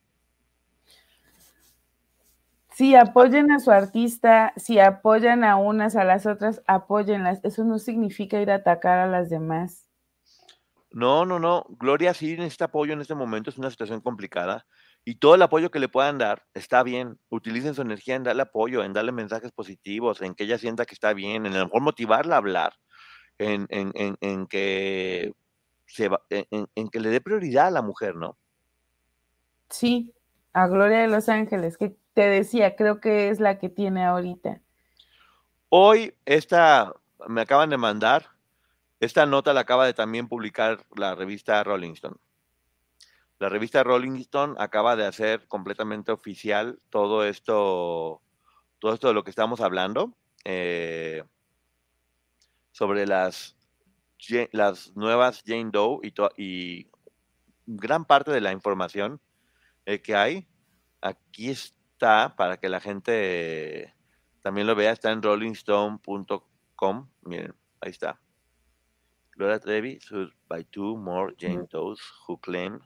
Si apoyen a su artista, si apoyan a unas a las otras, apóyenlas. Eso no significa ir a atacar a las demás. No, no, no. Gloria sí necesita apoyo en este momento, es una situación complicada. Y todo el apoyo que le puedan dar está bien. Utilicen su energía en darle apoyo, en darle mensajes positivos, en que ella sienta que está bien, en a lo mejor motivarla a hablar, en, en, en, en que se va, en, en que le dé prioridad a la mujer, ¿no? Sí, a Gloria de Los Ángeles, que te decía, creo que es la que tiene ahorita. Hoy esta, me acaban de mandar, esta nota la acaba de también publicar la revista Rolling Stone. La revista Rolling Stone acaba de hacer completamente oficial todo esto, todo esto de lo que estamos hablando, eh, sobre las, las nuevas Jane Doe y, to, y gran parte de la información eh, que hay. Aquí está, para que la gente también lo vea, está en rolling stone punto com. Miren, ahí está. Gloria Trevi sued by two more Jane Does who claim.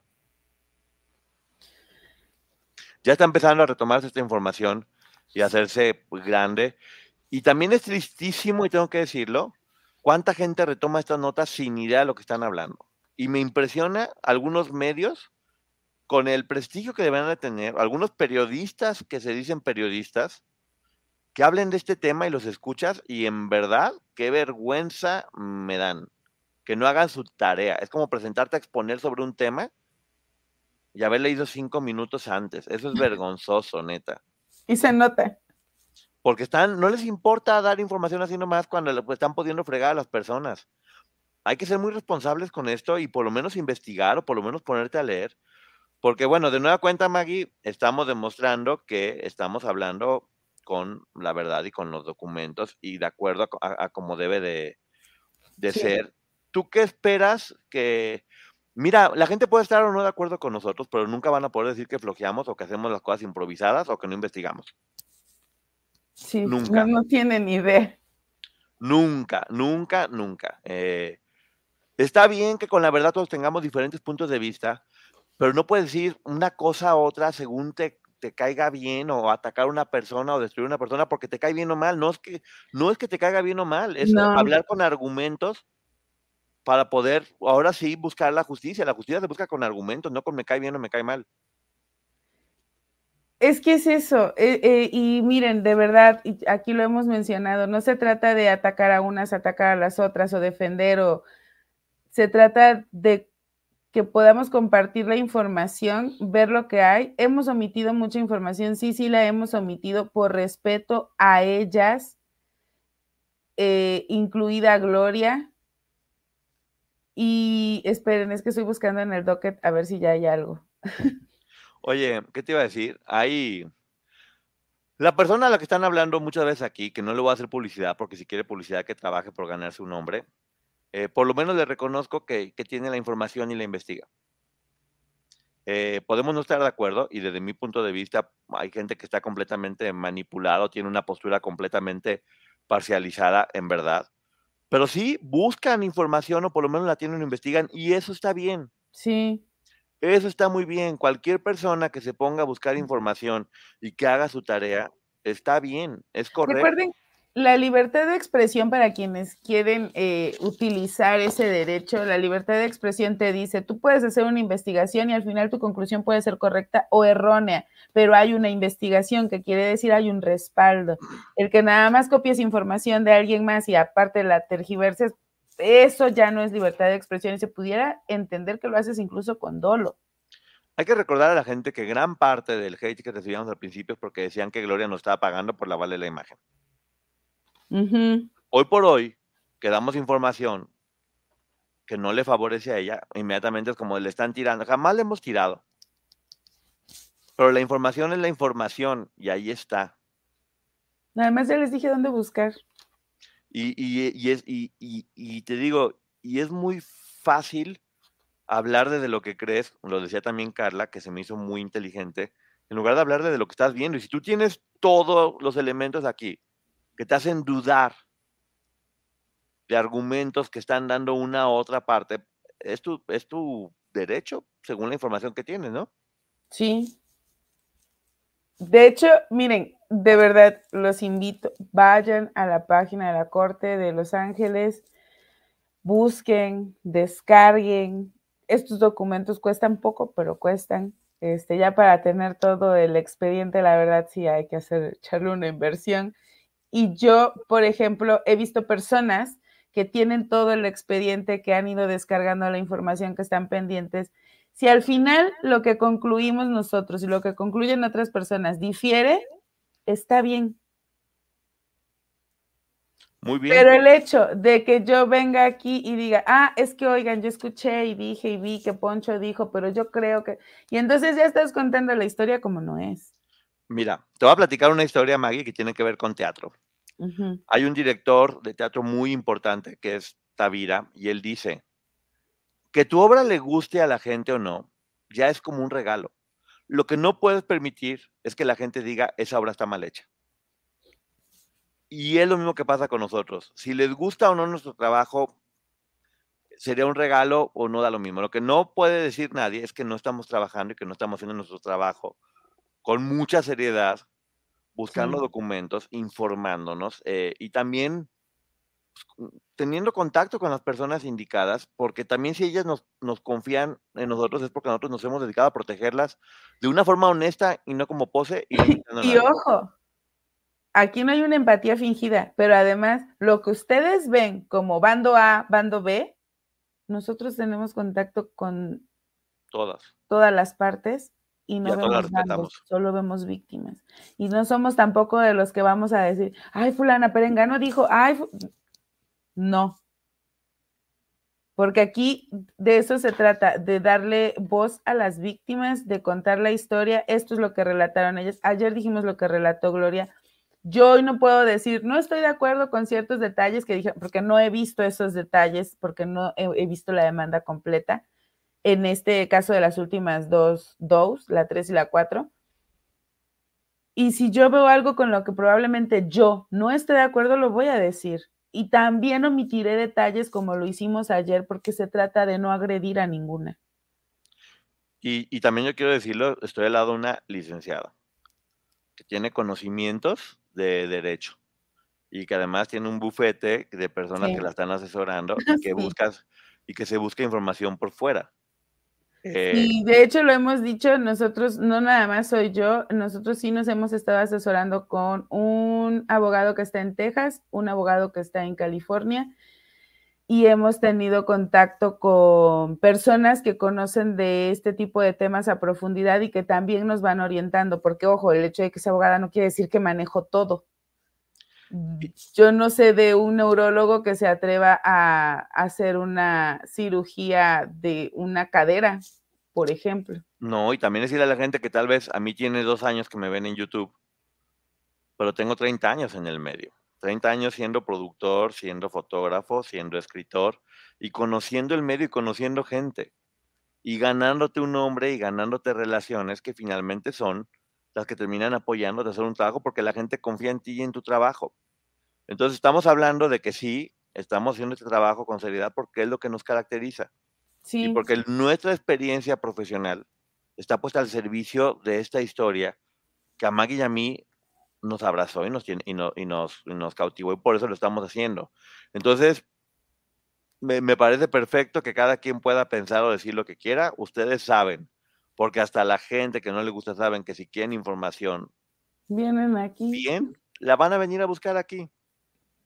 Ya está empezando a retomarse esta información y a hacerse pues, grande. Y también es tristísimo, y tengo que decirlo, cuánta gente retoma estas notas sin idea de lo que están hablando. Y me impresiona algunos medios con el prestigio que deberían de tener, algunos periodistas que se dicen periodistas, que hablen de este tema y los escuchas y en verdad, qué vergüenza me dan. Que no hagan su tarea. Es como presentarte a exponer sobre un tema y haber leído cinco minutos antes. Eso es vergonzoso, neta. Y se nota. Porque están, no les importa dar información así nomás cuando le, pues, están pudiendo fregar a las personas. Hay que ser muy responsables con esto y por lo menos investigar o por lo menos ponerte a leer. Porque bueno, de nueva cuenta, Maggie, estamos demostrando que estamos hablando con la verdad y con los documentos y de acuerdo a, a, a como debe de, de sí. ser. ¿Tú qué esperas que... Mira, la gente puede estar o no de acuerdo con nosotros, pero nunca van a poder decir que flojeamos o que hacemos las cosas improvisadas o que no investigamos. Sí, nunca. No, no tienen idea. Nunca, nunca, nunca. Eh, está bien que con la verdad todos tengamos diferentes puntos de vista, pero no puedes decir una cosa a otra según te, te caiga bien o atacar a una persona o destruir a una persona porque te cae bien o mal. No es que, no es que te caiga bien o mal, es no. hablar con argumentos para poder, ahora sí, buscar la justicia. La justicia se busca con argumentos, no con me cae bien o me cae mal. Es que es eso, eh, eh, y miren, de verdad, y aquí lo hemos mencionado, no se trata de atacar a unas, atacar a las otras o defender, o se trata de que podamos compartir la información, ver lo que hay. Hemos omitido mucha información, sí, sí la hemos omitido por respeto a ellas, eh, incluida Gloria. Y esperen, es que estoy buscando en el docket a ver si ya hay algo. Oye, ¿qué te iba a decir? Hay... La persona a la que están hablando muchas veces aquí, que no le voy a hacer publicidad, porque si quiere publicidad que trabaje por ganarse un nombre, eh, por lo menos le reconozco que, que tiene la información y la investiga. Eh, podemos no estar de acuerdo y desde mi punto de vista hay gente que está completamente manipulado, tiene una postura completamente parcializada en verdad. Pero sí buscan información o por lo menos la tienen o investigan y eso está bien. Sí. Eso está muy bien. Cualquier persona que se ponga a buscar información y que haga su tarea, está bien, es correcto. Recuerden, la libertad de expresión para quienes quieren eh, utilizar ese derecho, la libertad de expresión te dice, tú puedes hacer una investigación y al final tu conclusión puede ser correcta o errónea, pero hay una investigación, que quiere decir hay un respaldo. El que nada más copies información de alguien más y aparte la tergiverses, eso ya no es libertad de expresión y se pudiera entender que lo haces incluso con dolo. Hay que recordar a la gente que gran parte del hate que recibíamos al principio es porque decían que Gloria nos estaba pagando por lavarle la imagen. Uh-huh. Hoy por hoy, que damos información que no le favorece a ella, inmediatamente es como le están tirando. Jamás le hemos tirado. Pero la información es la información y ahí está. Además ya les dije dónde buscar. Y, y, y, es, y, y, y te digo, y es muy fácil hablar desde lo que crees, lo decía también Carla, que se me hizo muy inteligente, en lugar de hablar desde lo que estás viendo. Y si tú tienes todos los elementos aquí que te hacen dudar de argumentos que están dando una u otra parte, es tu, es tu derecho, según la información que tienes, ¿no? Sí. De hecho, miren, de verdad, los invito, vayan a la página de la Corte de Los Ángeles, busquen, descarguen. Estos documentos cuestan poco, pero cuestan. Este, ya para tener todo el expediente, la verdad sí hay que hacer, echarle una inversión. Y yo, por ejemplo, he visto personas que tienen todo el expediente, que han ido descargando la información, que están pendientes. Si al final lo que concluimos nosotros y lo que concluyen otras personas difiere, está bien. Muy bien. Pero el hecho de que yo venga aquí y diga, ah, es que oigan, yo escuché y dije y vi que Poncho dijo, pero yo creo que... Y entonces ya estás contando la historia como no es. Mira, te voy a platicar una historia, Maggie, que tiene que ver con teatro. Uh-huh. Hay un director de teatro muy importante que es Tavira y él dice que tu obra le guste a la gente o no, ya es como un regalo. Lo que no puedes permitir es que la gente diga esa obra está mal hecha. Y es lo mismo que pasa con nosotros. Si les gusta o no nuestro trabajo, sería un regalo o no da lo mismo. Lo que no puede decir nadie es que no estamos trabajando y que no estamos haciendo nuestro trabajo con mucha seriedad, buscando sí. documentos, informándonos eh, y también pues, teniendo contacto con las personas indicadas, porque también si ellas nos, nos confían en nosotros es porque nosotros nos hemos dedicado a protegerlas de una forma honesta y no como pose. Y, no y ojo, aquí no hay una empatía fingida, pero además lo que ustedes ven como bando A, bando B, nosotros tenemos contacto con todas, todas las partes y no y vemos bandos, solo vemos víctimas. Y no somos tampoco de los que vamos a decir, ay, fulana Perengano dijo, ay, fu-". no. Porque aquí de eso se trata, de darle voz a las víctimas, de contar la historia. Esto es lo que relataron ellas. Ayer dijimos lo que relató Gloria. Yo hoy no puedo decir, no estoy de acuerdo con ciertos detalles que dije, porque no he visto esos detalles, porque no he, he visto la demanda completa. En este caso de las últimas dos, dos, la tres y la cuatro. Y si yo veo algo con lo que probablemente yo no esté de acuerdo, lo voy a decir. Y también omitiré detalles como lo hicimos ayer, porque se trata de no agredir a ninguna. Y, y también yo quiero decirlo, estoy al lado de una licenciada que tiene conocimientos de derecho y que además tiene un bufete de personas sí. que la están asesorando y que sí. buscas y que se busca información por fuera. Eh, y de hecho lo hemos dicho, nosotros, no nada más soy yo, nosotros sí nos hemos estado asesorando con un abogado que está en Texas, un abogado que está en California, y hemos tenido contacto con personas que conocen de este tipo de temas a profundidad y que también nos van orientando, porque ojo, el hecho de que sea abogada no quiere decir que manejo todo. Yo no sé de un neurólogo que se atreva a hacer una cirugía de una cadera, por ejemplo. No, y también decirle a la gente que tal vez a mí tiene dos años que me ven en YouTube, pero tengo treinta años en el medio. treinta años siendo productor, siendo fotógrafo, siendo escritor y conociendo el medio y conociendo gente. Y ganándote un nombre y ganándote relaciones que finalmente son las que terminan apoyándote a hacer un trabajo porque la gente confía en ti y en tu trabajo. Entonces estamos hablando de que sí, estamos haciendo este trabajo con seriedad porque es lo que nos caracteriza. Sí. Y porque nuestra experiencia profesional está puesta al servicio de esta historia que a Maggie y a mí nos abrazó y nos, y no, y nos, y nos cautivó y por eso lo estamos haciendo. Entonces, me, me parece perfecto que cada quien pueda pensar o decir lo que quiera. Ustedes saben, porque hasta la gente que no le gusta saben que si quieren información vienen aquí. Bien, la van a venir a buscar aquí.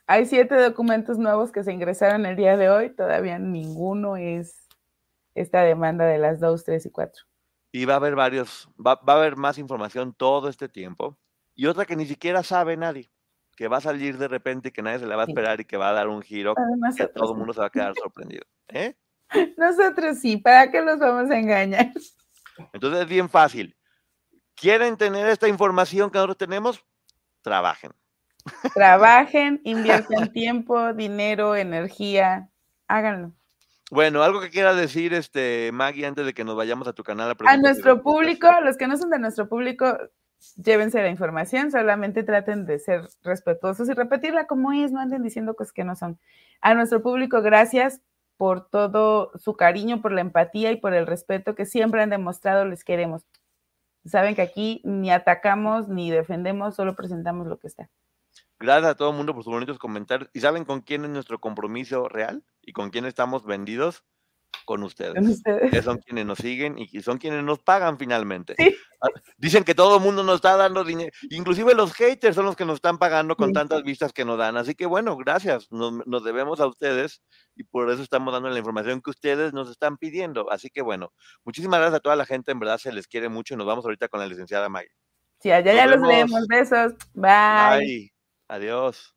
Hay siete documentos nuevos que se ingresaron el día de hoy, todavía ninguno es esta demanda de las dos, tres y cuatro. Y va a haber varios, va, va a haber más información todo este tiempo. Y otra que ni siquiera sabe nadie, que va a salir de repente y que nadie se la va a esperar y que va a dar un giro Además, que todo el mundo se va a quedar sorprendido. ¿Eh? Nosotros sí, ¿para qué los vamos a engañar? Entonces es bien fácil. ¿Quieren tener esta información que nosotros tenemos? Trabajen. Trabajen, inviertan tiempo, dinero, energía, háganlo. Bueno, algo que quiera decir, este, Maggie, antes de que nos vayamos a tu canal. A, a nuestro público, los que no son de nuestro público, llévense la información, solamente traten de ser respetuosos y repetirla como es, no anden diciendo cosas que no son. A nuestro público, gracias por todo su cariño, por la empatía y por el respeto que siempre han demostrado, les queremos. Saben que aquí ni atacamos ni defendemos, solo presentamos lo que está. Gracias a todo el mundo por sus bonitos comentarios. ¿Y saben con quién es nuestro compromiso real? ¿Y con quién estamos vendidos? Con ustedes. ¿Con ustedes? Que son quienes nos siguen y son quienes nos pagan finalmente. Sí. Dicen que todo el mundo nos está dando dinero. Inclusive los haters son los que nos están pagando con sí. tantas vistas que nos dan. Así que bueno, gracias. Nos, nos debemos a ustedes y por eso estamos dando la información que ustedes nos están pidiendo. Así que bueno, muchísimas gracias a toda la gente. En verdad se les quiere mucho y nos vamos ahorita con la licenciada Maggie. Sí, allá nos ya vemos. Los leemos. Besos. Bye. Bye. Adiós.